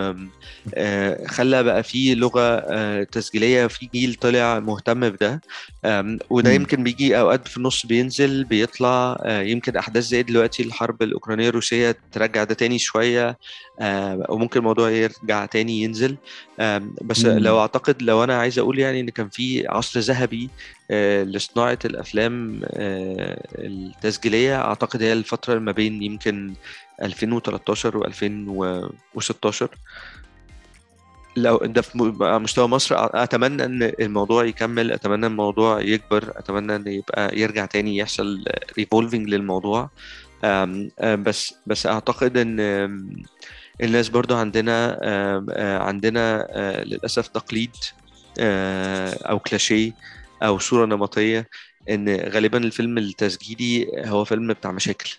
خلى بقى فيه لغة تسجيلية، في جيل طلع مهتم بده. وده يمكن بيجي أوقات في النص بينزل بيطلع. يمكن أحداث زي دلوقتي الحرب الأوكرانية الروسية ترجع ده تاني شوية، وممكن الموضوع يرجع تاني ينزل. بس لو أعتقد لو أنا عايز أقول يعني إن كان في عصر ذهبي لصناعة الأفلام التسجيلية، أعتقد هي الفترة ما بين يمكن 2013 و 2016. لو ده في مستوى مصر أتمنى أن الموضوع يكمل، أتمنى الموضوع يكبر، أتمنى أن يبقى يرجع تاني يحصل ريفولفينج للموضوع. بس أعتقد أن الناس برضو عندنا للأسف تقليد أو كلاشيه أو صورة نمطية إن غالبا الفيلم التسجيلي هو فيلم بتاع مشاكل.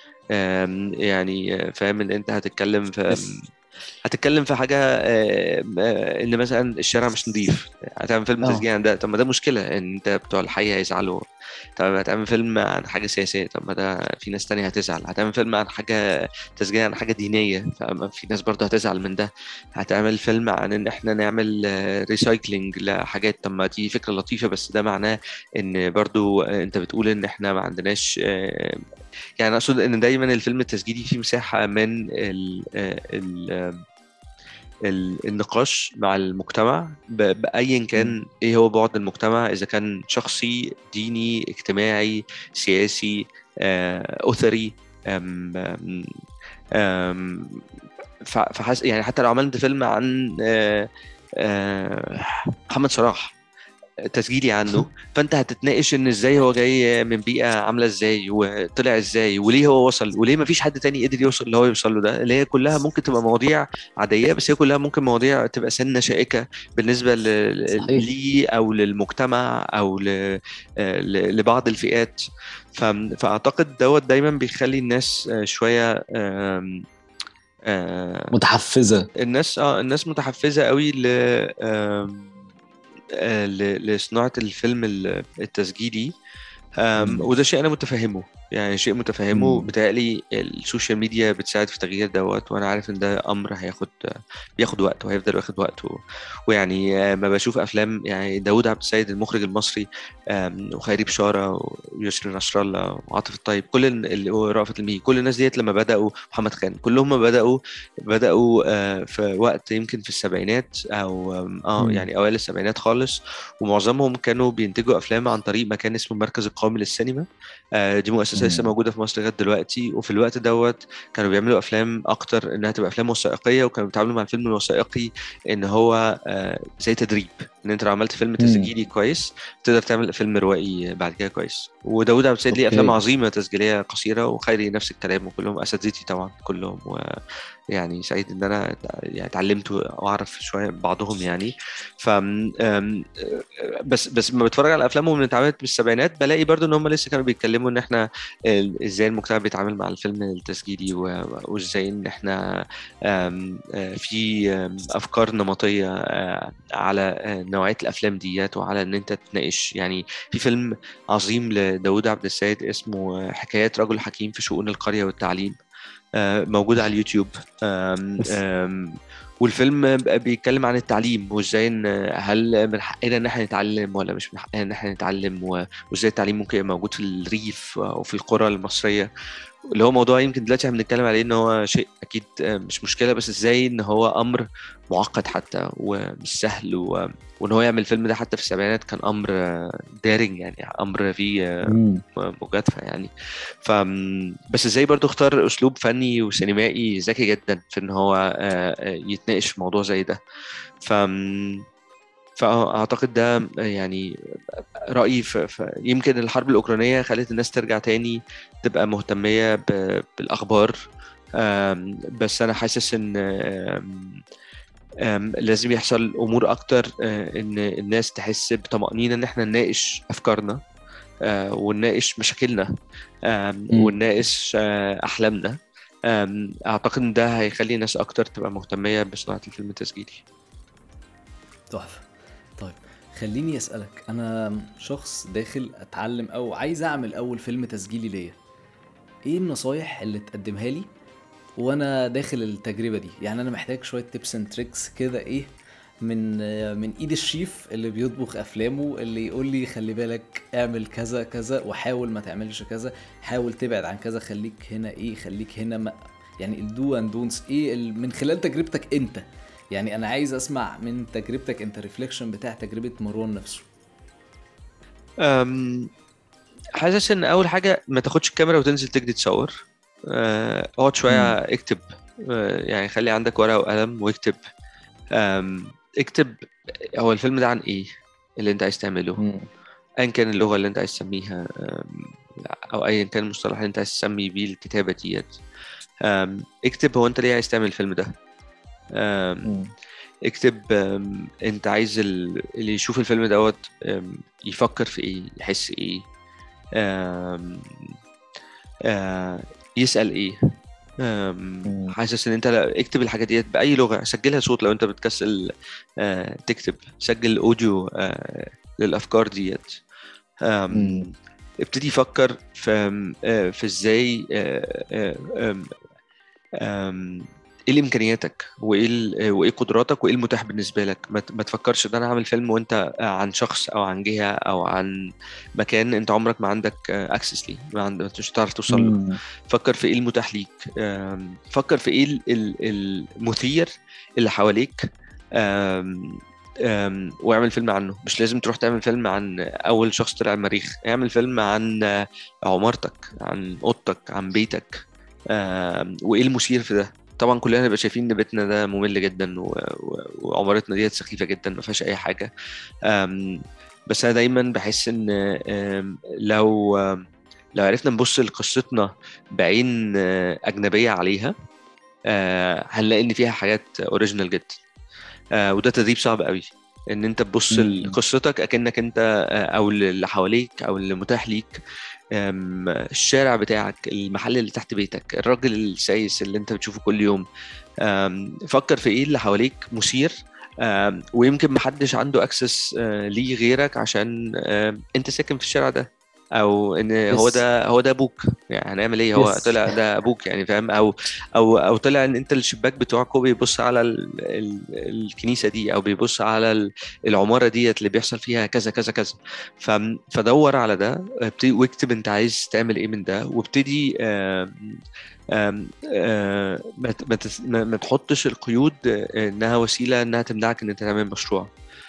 يعني فاهم إن أنت هتتكلم في حاجة إن مثلا الشارع مش نظيف، هتعمل فيلم تسجيلي عن ده. طب ما ده مشكلة إن أنت بتوع الحي هيزعلوا. طب هتعمل فيلم عن حاجة سياسية، طب ما ده في ناس تانية هتزعل. هتعمل فيلم عن حاجة تسجيل عن حاجة دينية، ففي ناس برضه هتزعل من ده. هتعمل فيلم عن إن إحنا نعمل ريسايكلينج لحاجات، طب ما دي فكرة لطيفة بس ده معناه إن برضه أنت بتقول إن إحنا ما عندناش. يعني أقصد إن دايما الفيلم التسجيلي فيه مساحة من النقاش مع المجتمع بأيا كان ايه هو بعد المجتمع، اذا كان شخصي، ديني، اجتماعي، سياسي، أثري. فحس يعني حتى لو عملت فيلم عن محمد صلاح تسجيلي عنه، فانت هتتناقش ان ازاي هو جاي من بيئه عامله ازاي وطلع ازاي وليه هو وصل وليه ما فيش حد تاني قدر يوصل اللي هو يوصل له ده، اللي هي كلها ممكن تبقى مواضيع عاديه بس هي كلها ممكن مواضيع تبقى سنه شائكه بالنسبه لي او للمجتمع او لبعض الفئات. فاعتقد دوت دايما بيخلي الناس شويه متحفزه. الناس متحفزه قوي لصناعة الفيلم التسجيلي. وده شيء أنا متفهمه، يعني شيء متفهمه. بتهيألي السوشيال ميديا بتساعد في تغيير دوت، وأنا عارف إن ده أمر بياخد وقت وهيفضل واخد وقته. ويعني ما بشوف أفلام يعني داود عبد السيد المخرج المصري وخيري بشارة ويسري نصر الله وعاطف الطيب، كل اللي هو رأفت المهي، كل الناس ديت لما بدأوا، محمد خان، كلهم بدأوا في وقت يمكن في السبعينات أو يعني أوائل السبعينات خالص. ومعظمهم كانوا بينتجوا أفلام عن طريق مكان اسمه المركز القومي للسينما. دي مؤسسة لسه موجودة في مصر لغاية دلوقتي. وفي الوقت دوت كانوا بيعملوا أفلام أكتر إنها تبقى أفلام وثائقية، وكانوا بيتعاملوا مع الفيلم الوثائقي إن هو زي تدريب، إن أنت لو عملت فيلم تسجيلي كويس تقدر تعمل فيلم روائي بعد كده كويس. وداود عبد السيد ليه أفلام عظيمة تسجيلية قصيرة، وخيري نفس الكلام، وكلهم أساتذتي طبعا كلهم. يعني سعيد إن أنا يعني اتعلمت وأعرف شوية بعضهم يعني. بس لما بتفرج على أفلامهم اللي اتعملت بالسبعينات بلاقي برضو إن هم لسه كانوا بيتكلموا إن إحنا إزاي المجتمع بيتعامل مع الفيلم التسجيلي، وإزاي إن إحنا في أفكار نمطية على نوعية الأفلام ديات، وعلى إن أنت تناقش. يعني في فيلم عظيم لداود عبد السيد اسمه حكايات رجل حكيم في شؤون القرية والتعليم، موجود على اليوتيوب. والفيلم بيتكلم عن التعليم وازاي ان هل من حقنا ان احنا نتعلم ولا مش من حقنا ان احنا نتعلم، وازاي التعليم ممكن يبقى موجود في الريف وفي القرى المصرية، اللي هو موضوع يمكن دلوقتي احنا بنتكلم عليه ان هو شيء اكيد مش مشكله، بس ازاي ان هو امر معقد حتى ومش سهل، وان هو يعمل الفيلم ده حتى في السبعينات كان امر دارج، يعني امر فيه مجازفه يعني. ف بس ازاي برضو اختار اسلوب فني وسينمائي ذكي جدا في ان هو يتناقش في موضوع زي ده. ف فأعتقد ده يعني رأيي يمكن الحرب الأوكرانية خلت الناس ترجع تاني تبقى مهتمية بالأخبار. بس أنا حاسس إن لازم يحصل أمور أكتر، إن الناس تحس بطمأنينة إن إحنا نناقش أفكارنا، ونناقش مشاكلنا، ونناقش أحلامنا. أعتقد إن ده هيخلي ناس أكتر تبقى مهتمية بصناعة الفيلم التسجيلي. تحفة. طيب خليني أسألك، أنا شخص داخل أتعلم أو عايز أعمل أول فيلم تسجيلي ليا، إيه النصايح اللي تقدمها لي وأنا داخل التجربة دي؟ يعني أنا محتاج شوية تيبس اند تريكس كده، إيه من إيد الشيف اللي بيطبخ أفلامه، اللي يقول لي خلي بالك اعمل كذا كذا وحاول ما تعملش كذا، حاول تبعد عن كذا، خليك هنا إيه، خليك هنا ما، يعني الدو اند دونتس إيه من خلال تجربتك أنت. يعني انا عايز اسمع من تجربتك انت، ريفليكشن بتاع تجربة مروان نفسه. حاسس ان اول حاجة ما تاخدش الكاميرا وتنزل تجري تصور. اقعد شوية اكتب، يعني خلي عندك ورقة وقلم واكتب. اكتب هو الفيلم ده عن ايه اللي انت عايز تعمله، ايا كان اللغة اللي انت عايز تسميها، او ايا كان المصطلح اللي انت عايز تسمي بيه الكتابة ديت. اكتب هو انت ليه عايز تعمل الفيلم ده. اكتب انت عايز اللي يشوف الفيلم دوت يفكر في ايه، يحس ايه، يسأل ايه. حاسس ان انت اكتب الحاجات ديت باي لغة، سجلها صوت لو انت بتكسل تكتب، سجل اوديو للافكار ديت. ابتدي فكر في ازاي ايه امكانياتك وايه قدراتك وايه المتاح بالنسبه لك. ما تفكرش ان انا هعمل فيلم وانت عن شخص او عن جهه او عن مكان انت عمرك ما عندك اكسس ليه، مش هتعرف توصل له. فكر في ايه المتاح ليك، فكر في ايه المثير اللي حواليك، واعمل فيلم عنه. مش لازم تروح تعمل فيلم عن اول شخص طلع المريخ، اعمل فيلم عن عمارتك، عن اوضتك، عن بيتك، وايه المثير في ده. طبعا كلنا نبقى شايفين ان بيتنا ده ممل جدا وعمارتنا دي سخيفه جدا ما فيهاش اي حاجه. بس انا دايما بحس ان لو عرفنا نبص لقصتنا بعين اجنبيه عليها، هنلاقي ان فيها حاجات اوريجينال جدا. وده تدريب صعب قوي، ان انت تبص لقصتك اكنك انت او اللي حواليك او اللي متاح ليك، الشارع بتاعك، المحل اللي تحت بيتك، الراجل السايس اللي انت بتشوفه كل يوم. فكر في ايه اللي حواليك مثير، ويمكن محدش عنده اكسس ليه غيرك عشان انت ساكن في الشارع ده، او ان هو ده ابوك. يعني هنعمل ايه، هو طلع ده ابوك يعني، فاهم؟ او طلع ان انت الشباك بتوعك بيبص على الكنيسه دي، او بيبص على العماره ديت اللي بيحصل فيها كذا كذا كذا. فدور على ده، واكتب انت عايز تعمل ايه من ده، وابتدي ما تحطش القيود انها وسيله انها تمنعك ان انت تعمل مشروع.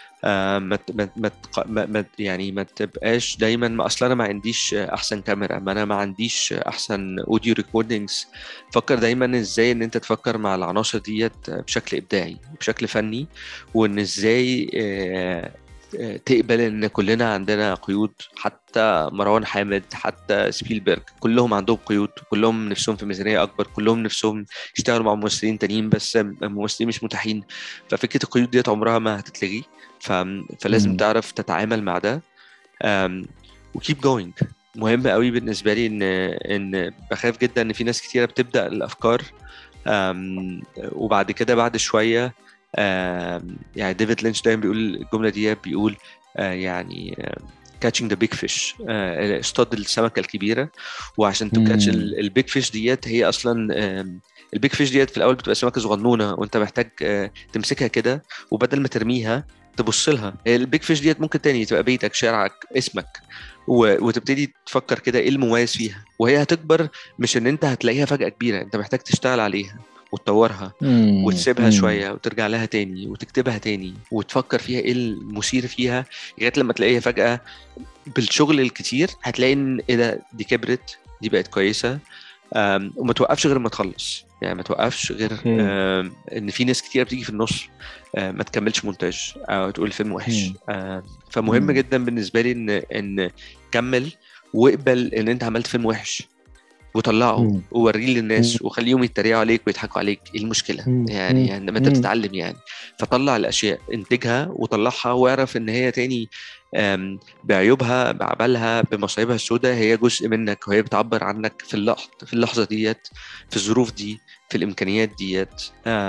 يعني ما تبقاش دايما ما اصلا انا ما عنديش احسن كاميرا، ما انا ما عنديش احسن اوديو ريكوردينجز. فكر دايما ازاي ان انت تفكر مع العناصر ديت بشكل ابداعي، بشكل فني، وان ازاي تقبل ان كلنا عندنا قيود. حتى مروان حامد، حتى سبيلبرج، كلهم عندهم قيود، كلهم نفسهم في ميزانية اكبر، كلهم نفسهم يشتغلوا مع ممثلين تانيين بس الممثلين مش متاحين. ففكرة القيود ديت عمرها ما هتتلغي. فلازم تعرف تتعامل مع ده، وكيب جوينج. مهم قوي بالنسبة لي ان بخاف جدا ان في ناس كتيرة بتبدأ الافكار وبعد كده بعد شوية، يعني ديفيد لينش دايما بيقول الجملة دي، بيقول يعني catching the big fish، اصطاد السمكة الكبيرة. وعشان to catch البيج فيش ديت، هي أصلا البيج فيش ديت في الأول بتبقى سمكة صغنونة، وأنت محتاج تمسكها كده، وبدل ما ترميها تبص لها. البيج فيش ديت ممكن تاني تبقى بيتك، شارعك، اسمك، وتبتدي تفكر كده ايه المميز فيها، وهي هتكبر. مش ان انت هتلاقيها فجأة كبيرة، انت محتاج تشتغل عليها وتطورها وتسيبها شوية وترجع لها تاني وتكتبها تاني وتفكر فيها ايه المثير فيها، لغاية لما تلاقيها فجأة بالشغل الكتير هتلاقي ان ايه ده، دي كبرت، دي بقت كويسة. وما توقفش غير ما تخلص، يعني ما توقفش غير ان في ناس كتير بتيجي في النص ما تكملش مونتاج او تقول الفيلم وحش. فمهم جدا بالنسبه لي ان كمل واقبل ان انت عملت فيلم وحش، وطلعه ووريه للناس وخليهم يتريقوا عليك ويضحكوا عليك. ايه المشكله؟ يعني لما انت بتتعلم يعني، فطلع الاشياء، انتجها وطلعها، واعرف ان هي تاني بعيوبها، بعملها، بمصايبها السوداء، هي جزء منك، وهي بتعبر عنك في اللحظه ديت، في الظروف دي، في الامكانيات ديت.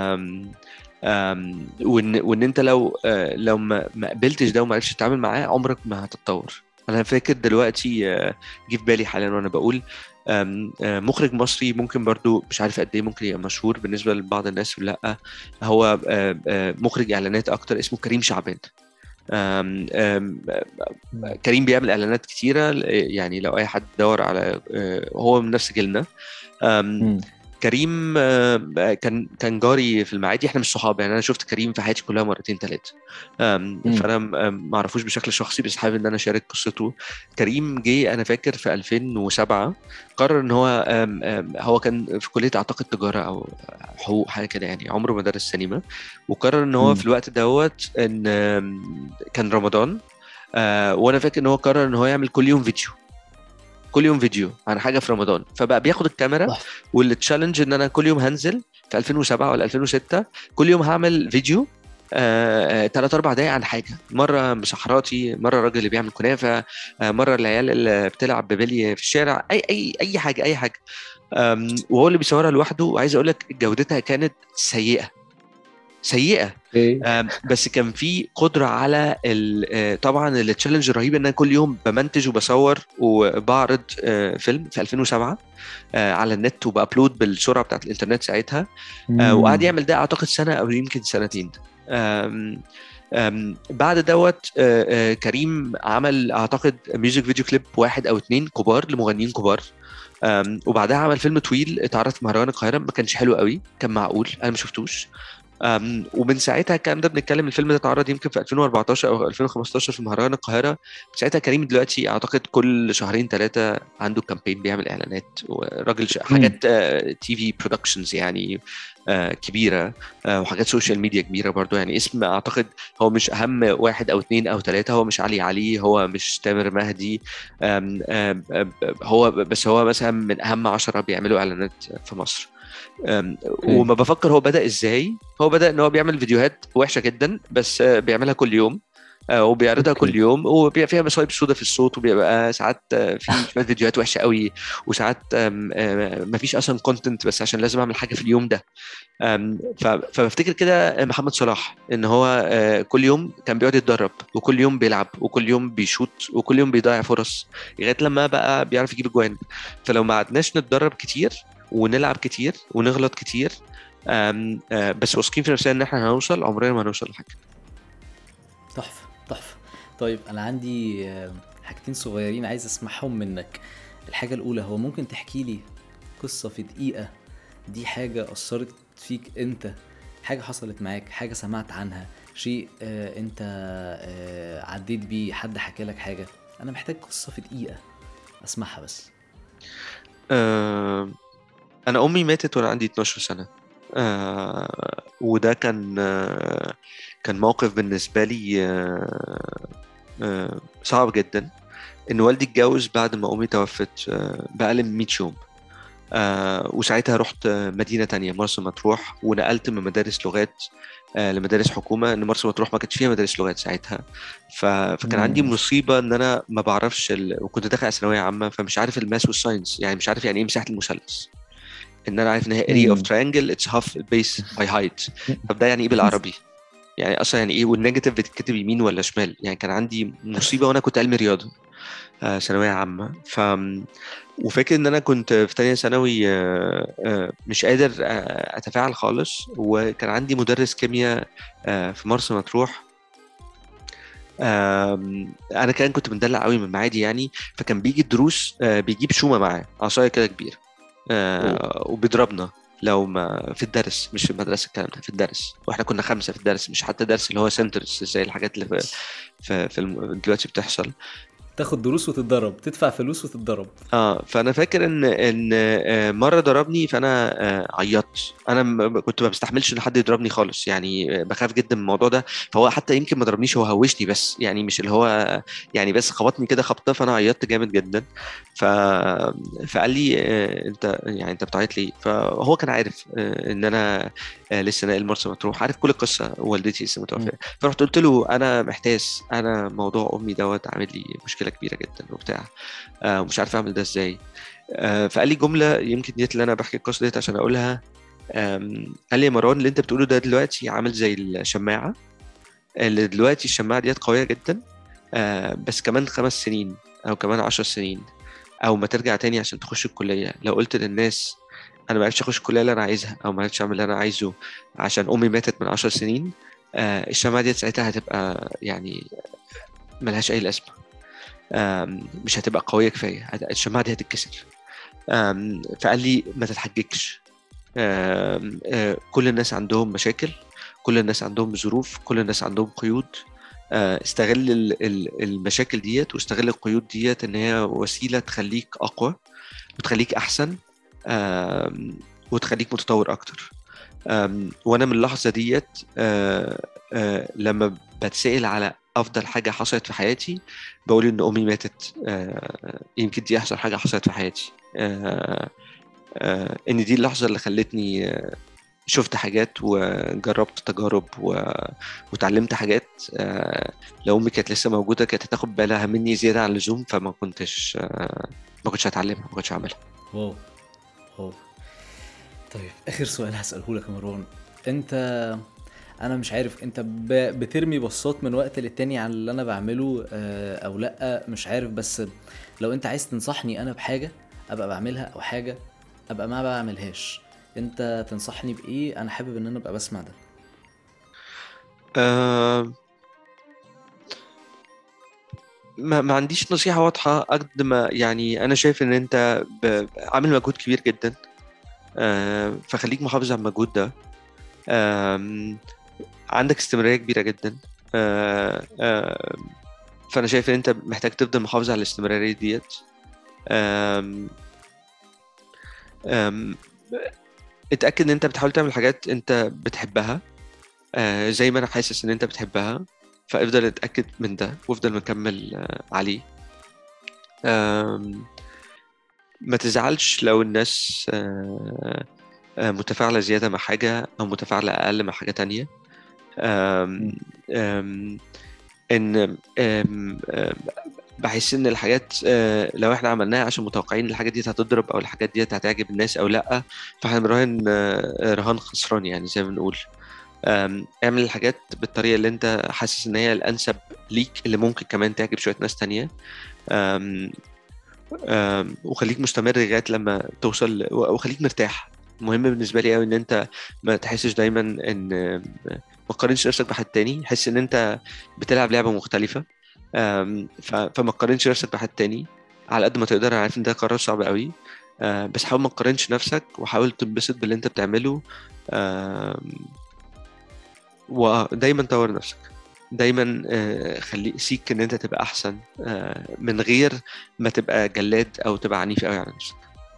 وان انت لو ما قبلتش ده وما عرفتش تتعامل معاه، عمرك ما هتتطور. انا فاكر دلوقتي جه في بالي حاليا وانا بقول مخرج مصري ممكن برضو مش عارف قد ايه ممكن يبقى مشهور بالنسبه لبعض الناس ولا لا، هو مخرج اعلانات اكتر، اسمه كريم شعبان. كريم بيعمل اعلانات كتيره، يعني لو اي حد دور على هو من نفس جيلنا. كريم كان جاري في المعادي، احنا مش صحاب يعني، انا شفت كريم في حياتي كلها مرتين ثلاثه، فانا ما اعرفوش بشكل شخصي، بس حابب ان انا اشارك قصته. كريم جه انا فاكر في 2007، قرر ان هو كان في كليه اعتقد تجاره او حقوق حاجه كده يعني، عمره ما درس سينما، وقرر ان هو في الوقت دوت ان كان رمضان، وانا فاكر ان هو قرر ان هو يعمل كل يوم فيديو عن حاجه في رمضان. فبقى بياخد الكاميرا، والتشالنج ان انا كل يوم هنزل في 2007 ولا 2006 كل يوم هعمل فيديو 3-4 دقايق عن حاجه، مره مسحراتي، مره الراجل اللي بيعمل كنافه، مره العيال اللي بتلعب ببلي في الشارع، اي حاجه. وهو اللي بيصورها لوحده، وعايز اقول لك جودتها كانت سيئه، بس كان في قدره على طبعا التشالنج الرهيب ان انا كل يوم بمنتج وبصور وبعرض فيلم في 2007 على النت، وبابلود بالسرعه بتاعت الانترنت ساعتها. وقعد يعمل ده اعتقد سنه او يمكن سنتين. بعد دوت كريم عمل اعتقد ميوزك فيديو كليب 1 أو 2 كبار لمغنيين كبار، وبعدها عمل فيلم طويل اتعرض في مهرجان القاهره، ما كانش حلو قوي، كان معقول، انا ما شفتوش. ومن ساعتها الكلام ده بنتكلم، الفيلم ده اتعرض يمكن في 2014 او 2015 في مهرجان القاهره. ساعتها كريم دلوقتي اعتقد كل 2-3 عنده كامبين بيعمل اعلانات، وراجل حاجات تي في برودكشنز يعني كبيره، وحاجات سوشيال ميديا كبيره برضو يعني. اسم اعتقد هو مش اهم 1 أو 2 أو 3، هو مش علي، هو مش تامر مهدي، هو بس هو مثلا من اهم 10 بيعملوا اعلانات في مصر. وما بفكر هو بدأ ازاي، هو بدأ ان هو بيعمل فيديوهات وحشة جدا بس بيعملها كل يوم، وبيعرضها كل يوم، وبيبقى فيها مصايب سودة في الصوت، وبيبقى ساعات في شوية فيديوهات وحشة قوي، وساعات مفيش اصلا كونتنت، بس عشان لازم اعمل حاجة في اليوم ده. فبفتكر كده محمد صلاح ان هو كل يوم كان بيقعد يتدرب، وكل يوم بيلعب، وكل يوم بيشوت، وكل يوم بيضيع فرص، لغاية لما بقى بيعرف يجيب اجوان. فلو ما قعدناش نتدرب كتير ونلعب كتير ونغلط كتير، بس واثقين في نفسنا ان احنا هنوصل، عمرنا ما هنوصل لحاجه. تحفه. طيب انا عندي حاجتين صغيرين عايز اسمعهم منك. الحاجه الاولى، هو ممكن تحكي لي قصه في دقيقه، دي حاجه اثرت فيك انت، حاجه حصلت معاك، حاجه سمعت عنها، شيء انت عديت بيه، حد حكى لك حاجه. انا محتاج قصه في دقيقه اسمعها بس. انا امي ماتت وانا عندي 12 سنه، وده كان موقف بالنسبه لي صعب جدا. ان والدي اتجوز بعد ما امي توفت بأقل من 100 يوم، وساعتها رحت مدينه تانية مرسى مطروح، ونقلت من مدارس لغات لمدارس حكومه، ان مرسى مطروح ما كانش فيها مدارس لغات ساعتها. فكان عندي مصيبه ان انا ما بعرفش وكنت داخل على ثانويه عامه، فمش عارف الماس والساينس، يعني مش عارف يعني ايه مساحه المثلث، ان انا عارف ان هي area of triangle it's half base by height. طب ده يعني ايه بالعربي؟ يعني اصلا يعني ايه، والنيجاتيف بتتكتب يمين ولا شمال؟ يعني كان عندي مصيبه، وانا كنت علمي رياضه، ثانويه عامه. وفاكر ان انا كنت في تانية ثانوي مش قادر اتفاعل خالص، وكان عندي مدرس كيمياء في مرسى مطروح. انا كنت مدلع قوي من المعادي يعني، فكان بيجي الدروس بيجيب شومه معاه، عصايه كده كبيره، وبيضربنا لو ما في الدرس، مش في المدرسه، الكلام ده في الدرس، واحنا كنا 5 في الدرس، مش حتى درس اللي هو سنترز زي الحاجات اللي دلوقتي بتحصل. تاخد دروس وتتدرب، تدفع فلوس وتتدرب. فانا فاكر ان مره ضربني، فانا عيطت. انا كنت ما بستحملش ان حد يضربني خالص يعني، بخاف جدا من الموضوع ده. فهو حتى يمكن ما ضربنيش، هو هوشني بس يعني، مش اللي هو يعني، بس خبطني كده خبطه، فانا عيطت جامد جدا. ف... فقال لي انت يعني انت بتعيط ليه؟ فهو كان عارف ان انا لسه ناقل مرسى مطروح، عارف كل القصه، والدتي لسه متوفيه. فرحت قلت له انا محتاس، انا موضوع امي دوت عامل لي مشكله كبيره جدا وبتاع، ومش عارف اعمل ده ازاي. فقال لي جمله، يمكن ديت اللي انا بحكي القصه ديت عشان اقولها. قال لي يا مروان، اللي انت بتقوله ده دلوقتي عامل زي الشماعه، اللي دلوقتي الشماعه ديت قويه جدا، بس كمان 5 سنين او كمان 10 سنين، او ما ترجع تاني عشان تخش الكليه، لو قلت للناس انا ما عرفتش اخش الكليه اللي انا عايزها، او ما عرفتش اعمل اللي انا عايزه عشان امي ماتت من 10 سنين، الشماعه ديت ساعتها هتبقى يعني ملهاش اي لازمه، مش هتبقى قويه كفايه، الشماعه دي هتتكسر. فقال لي ما تتحججش، كل الناس عندهم مشاكل، كل الناس عندهم ظروف، كل الناس عندهم قيود. استغل المشاكل ديت، واستغل القيود ديت ان هي وسيله تخليك اقوى، وتخليك احسن، وتخليك متطور اكتر. وانا من اللحظه ديت لما بتسأل على افضل حاجه حصلت في حياتي، بقول ان امي ماتت. يمكن دي احسن حاجه حصلت في حياتي. ان دي اللحظه اللي خلتني شفت حاجات وجربت تجارب وتعلمت حاجات. لو امي كانت لسه موجوده كانت هتاخد بالها مني زياده عن اللزوم، فما كنتش هتعلمها، ما كنتش هعملها. واو. طيب اخر سؤال هسأله لك يا مروان، انت انا مش عارف انت بترمي بصات من وقت للتاني عن اللي انا بعمله او لا، مش عارف، بس لو انت عايز تنصحني انا بحاجة ابقى بعملها، او حاجة ابقى ما بعملهاش، انت تنصحني بايه؟ انا حابب ان انا ابقى بسمع ده. ما عنديش نصيحة واضحة قد ما يعني أنا شايف إن أنت عامل مجهود كبير جدا، فخليك محافظ على المجهود ده. عندك استمرارية كبيرة جدا، فأنا شايف إن أنت محتاج تفضل محافظ على الاستمرارية ديت. اتأكد إن أنت بتحاول تعمل حاجات أنت بتحبها، زي ما أنا حاسس إن أنت بتحبها، فافضل اتأكد من ده وافضل مكمل عليه. ما تزعلش لو الناس متفاعلة زيادة مع حاجة أو متفاعلة أقل مع حاجة تانية. إن بحس إن الحاجات لو إحنا عملناها عشان متوقعين الحاجات دي هتضرب أو الحاجات دي هتعجب الناس أو لأ، فإحنا بنراهن رهان خسران يعني، زي ما بنقول. اعمل الحاجات بالطريقة اللي انت حاسس ان هي الانسب ليك، اللي ممكن كمان تعجب شوية ناس تانية. وخليك مستمر لغاية لما توصل، وخليك مرتاح. مهم بالنسبة لي قوي ان انت ما تحسش دايما ان ما تقارنش نفسك بحد تاني، حس ان انت بتلعب لعبة مختلفة. فما تقارنش نفسك بحد تاني على قد ما تقدر. انا عارف ان ده قرار صعب قوي، بس حاول ما تقارنش نفسك، وحاول تنبسط باللي انت بتعمله. ودايما طور نفسك، دايما خلي سيك ان انت تبقى احسن، من غير ما تبقى جلاد او تبقى عنيف قوي على نفسك.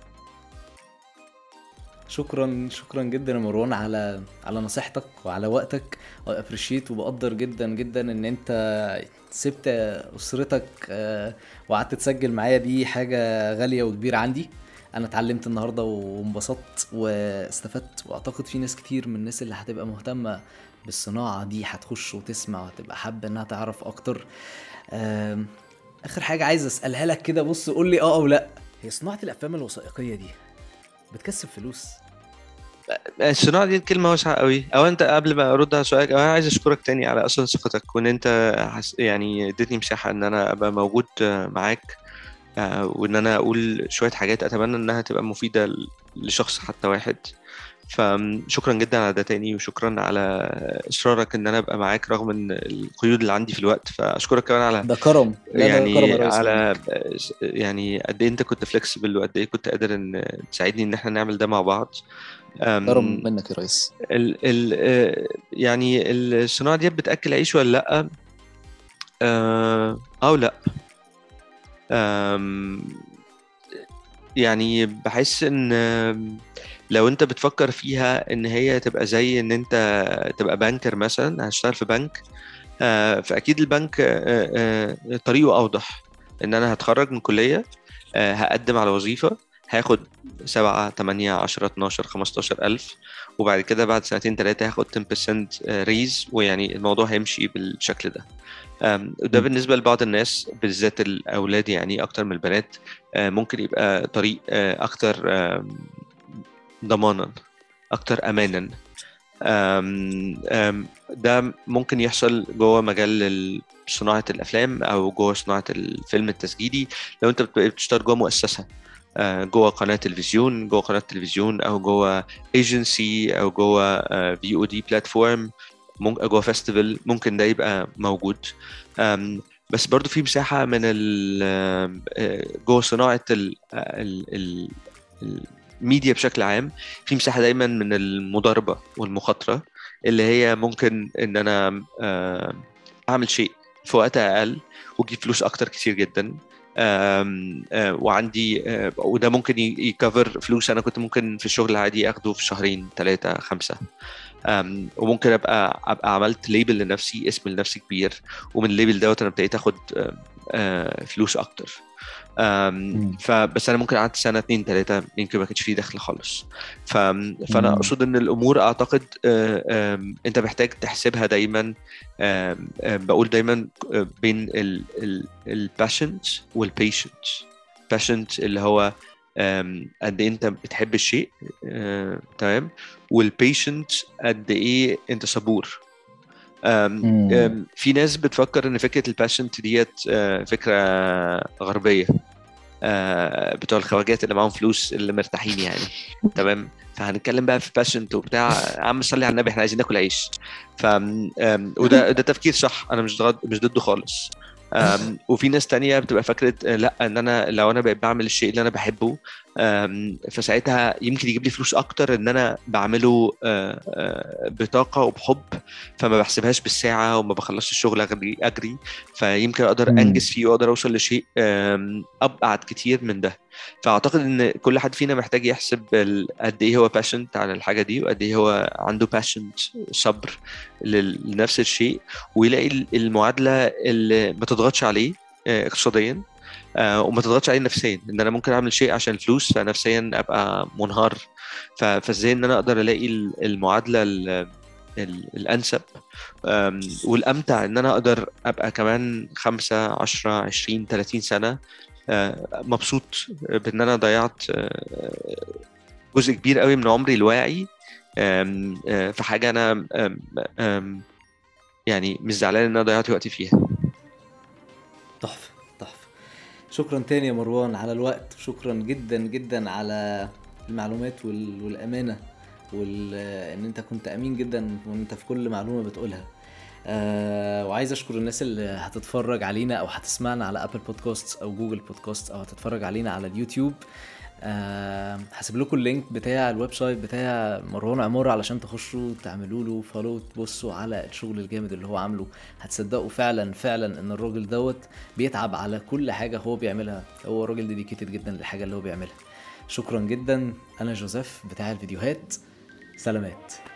شكرا جدا يا مروان على نصيحتك وعلى وقتك، وابريشيت وبقدر جدا جدا ان انت سبت اسرتك وقعدت تسجل معايا. دي حاجة غالية وكبيرة عندي. انا اتعلمت النهاردة وانبسطت واستفدت، واعتقد في ناس كتير من الناس اللي هتبقى مهتمة بالصناعة دي هتخش وتسمع وهتبقى حابة انها تعرف اكتر. اخر حاجة عايز اسألها لك كده، بص قول لي او لا، هي صناعة الافلام الوثائقية دي بتكسب فلوس؟ الصناعة دي كلمة واسعة قوي. أو أنت قبل ما أرد على سؤالك، أنا عايز أشكرك تاني على أصلا ثقتك، وإن أنت يعني اديتني مساحة إن أنا أبقى موجود معاك، وإن أنا أقول شوية حاجات أتمنى إنها تبقى مفيدة لشخص حتى واحد. فشكرا جدا على ده تاني، وشكرا على إصرارك إن أنا أبقى معاك رغم إن القيود اللي عندي في الوقت. فأشكرك كمان على ده كرم، لا ده كرم يا يعني ريس على منك. يعني قد ايه انت كنت فلكسبل، وقد ايه كنت قادر ان تساعدني ان احنا نعمل ده مع بعض. كرم أم، منك يا ريس. يعني الصناعة دي بتأكل عيش ولا لأ؟ أو لأ. أم، يعني بحس ان لو انت بتفكر فيها ان هي تبقى زي ان انت تبقى بانكر مثلا، هشتغل في بنك. فأكيد البنك طريقه أوضح. إن أنا هتخرج من كلية، هقدم على وظيفة، هاخد 7 8 10 12 15 ألف، وبعد كده بعد سنتين ثلاثة هاخد 10% ريز، ويعني الموضوع هيمشي بالشكل ده. وده مم. بالنسبة لبعض الناس بالذات الأولاد يعني أكتر من البنات، ممكن يبقى طريق أكتر ضمانا، أكتر أمانا. ده ممكن يحصل جوه مجال صناعة الأفلام أو جوه صناعة الفيلم التسجيلي. لو أنت بتشتغل جوه مؤسسة، جوه قناة تلفزيون، أو جوه ايجنسي، أو جوه VOD بلاتفورم، جوه فيستيفال، ممكن ده يبقى موجود. بس برضو في مساحة من جوه صناعة الميديا بشكل عام، في مساحة دايما من المضاربة والمخاطرة، اللي هي ممكن ان انا اعمل شيء في وقت اقل واجيب فلوس اكتر كتير جدا. وعندي وده ممكن يكفر فلوس انا كنت ممكن في الشغل العادي اخده في شهرين 3 5. وممكن ابقى عملت ليبل لنفسي، اسم لنفسي كبير، ومن الليبل دوت انا ابتديت اخد فلوس اكتر. مم. فبس انا ممكن قعدت سنه 2 3 يمكن ما كانش فيه دخل خالص. فانا مم. اقصد ان الامور اعتقد انت محتاج تحسبها دايما. بقول دايما بين الباشنت والبيشنت. باشنت اللي هو قد ايه انت بتحب الشيء، تمام، والبيشنت قد ايه انت صبور. مم. في ناس بتفكر ان فكره الباشنت ديت فكره غربيه، بتوع الخواجات اللي معاهم فلوس اللي مرتاحين يعني. تمام، فهنتكلم بقى في باشنت وبتاع، عم صلي على النبي احنا عايزين ناكل عيش. ف وده تفكير صح، انا مش ضده خالص. وفي ناس تانية بتبقى فكرة لا، ان انا لو انا بقيت بعمل الشيء اللي انا بحبه، فساعتها يمكن يجيب لي فلوس اكتر ان انا بعمله بطاقة وبحب، فما بحسبهاش بالساعة وما بخلصش الشغل اجري. فيمكن اقدر مم. انجز فيه واقدر اوصل لشيء ابعد كتير من ده. فاعتقد ان كل حد فينا محتاج يحسب قد ايه هو باشنت على الحاجه دي، وقد ايه هو عنده باشنت، صبر لنفس الشيء، ويلاقي المعادله اللي ما تضغطش عليه اقتصاديا، وما تضغطش عليه نفسيا. ان انا ممكن اعمل شيء عشان الفلوس فنفسيا ابقى منهار. فازاي ان انا اقدر الاقي المعادله الانسب والامتع، ان انا اقدر ابقى كمان 5 10 20 30 سنه مبسوط بان انا ضيعت جزء كبير قوي من عمري الواعي في حاجه انا يعني مش زعلان ان انا ضيعت وقتي فيها. تحفة تحفة. شكرا تاني يا مروان على الوقت، وشكرا جدا جدا على المعلومات والأمانة، وان انت كنت امين جدا وانت في كل معلومة بتقولها. وعايز اشكر الناس اللي هتتفرج علينا او هتسمعنا على ابل بودكاست او جوجل بودكاست او هتتفرج علينا على اليوتيوب. هسيب لكم اللينك بتاع الويب سايت بتاع مروان عمارة علشان تخشوا تعملوا له فولو، تبصوا على الشغل الجامد اللي هو عامله. هتصدقوا فعلا فعلا ان الراجل دوت بيتعب على كل حاجة هو بيعملها، هو راجل ديديكيتد جدا للحاجة اللي هو بيعملها. شكرا جدا. انا جوزيف بتاع الفيديوهات. سلامات.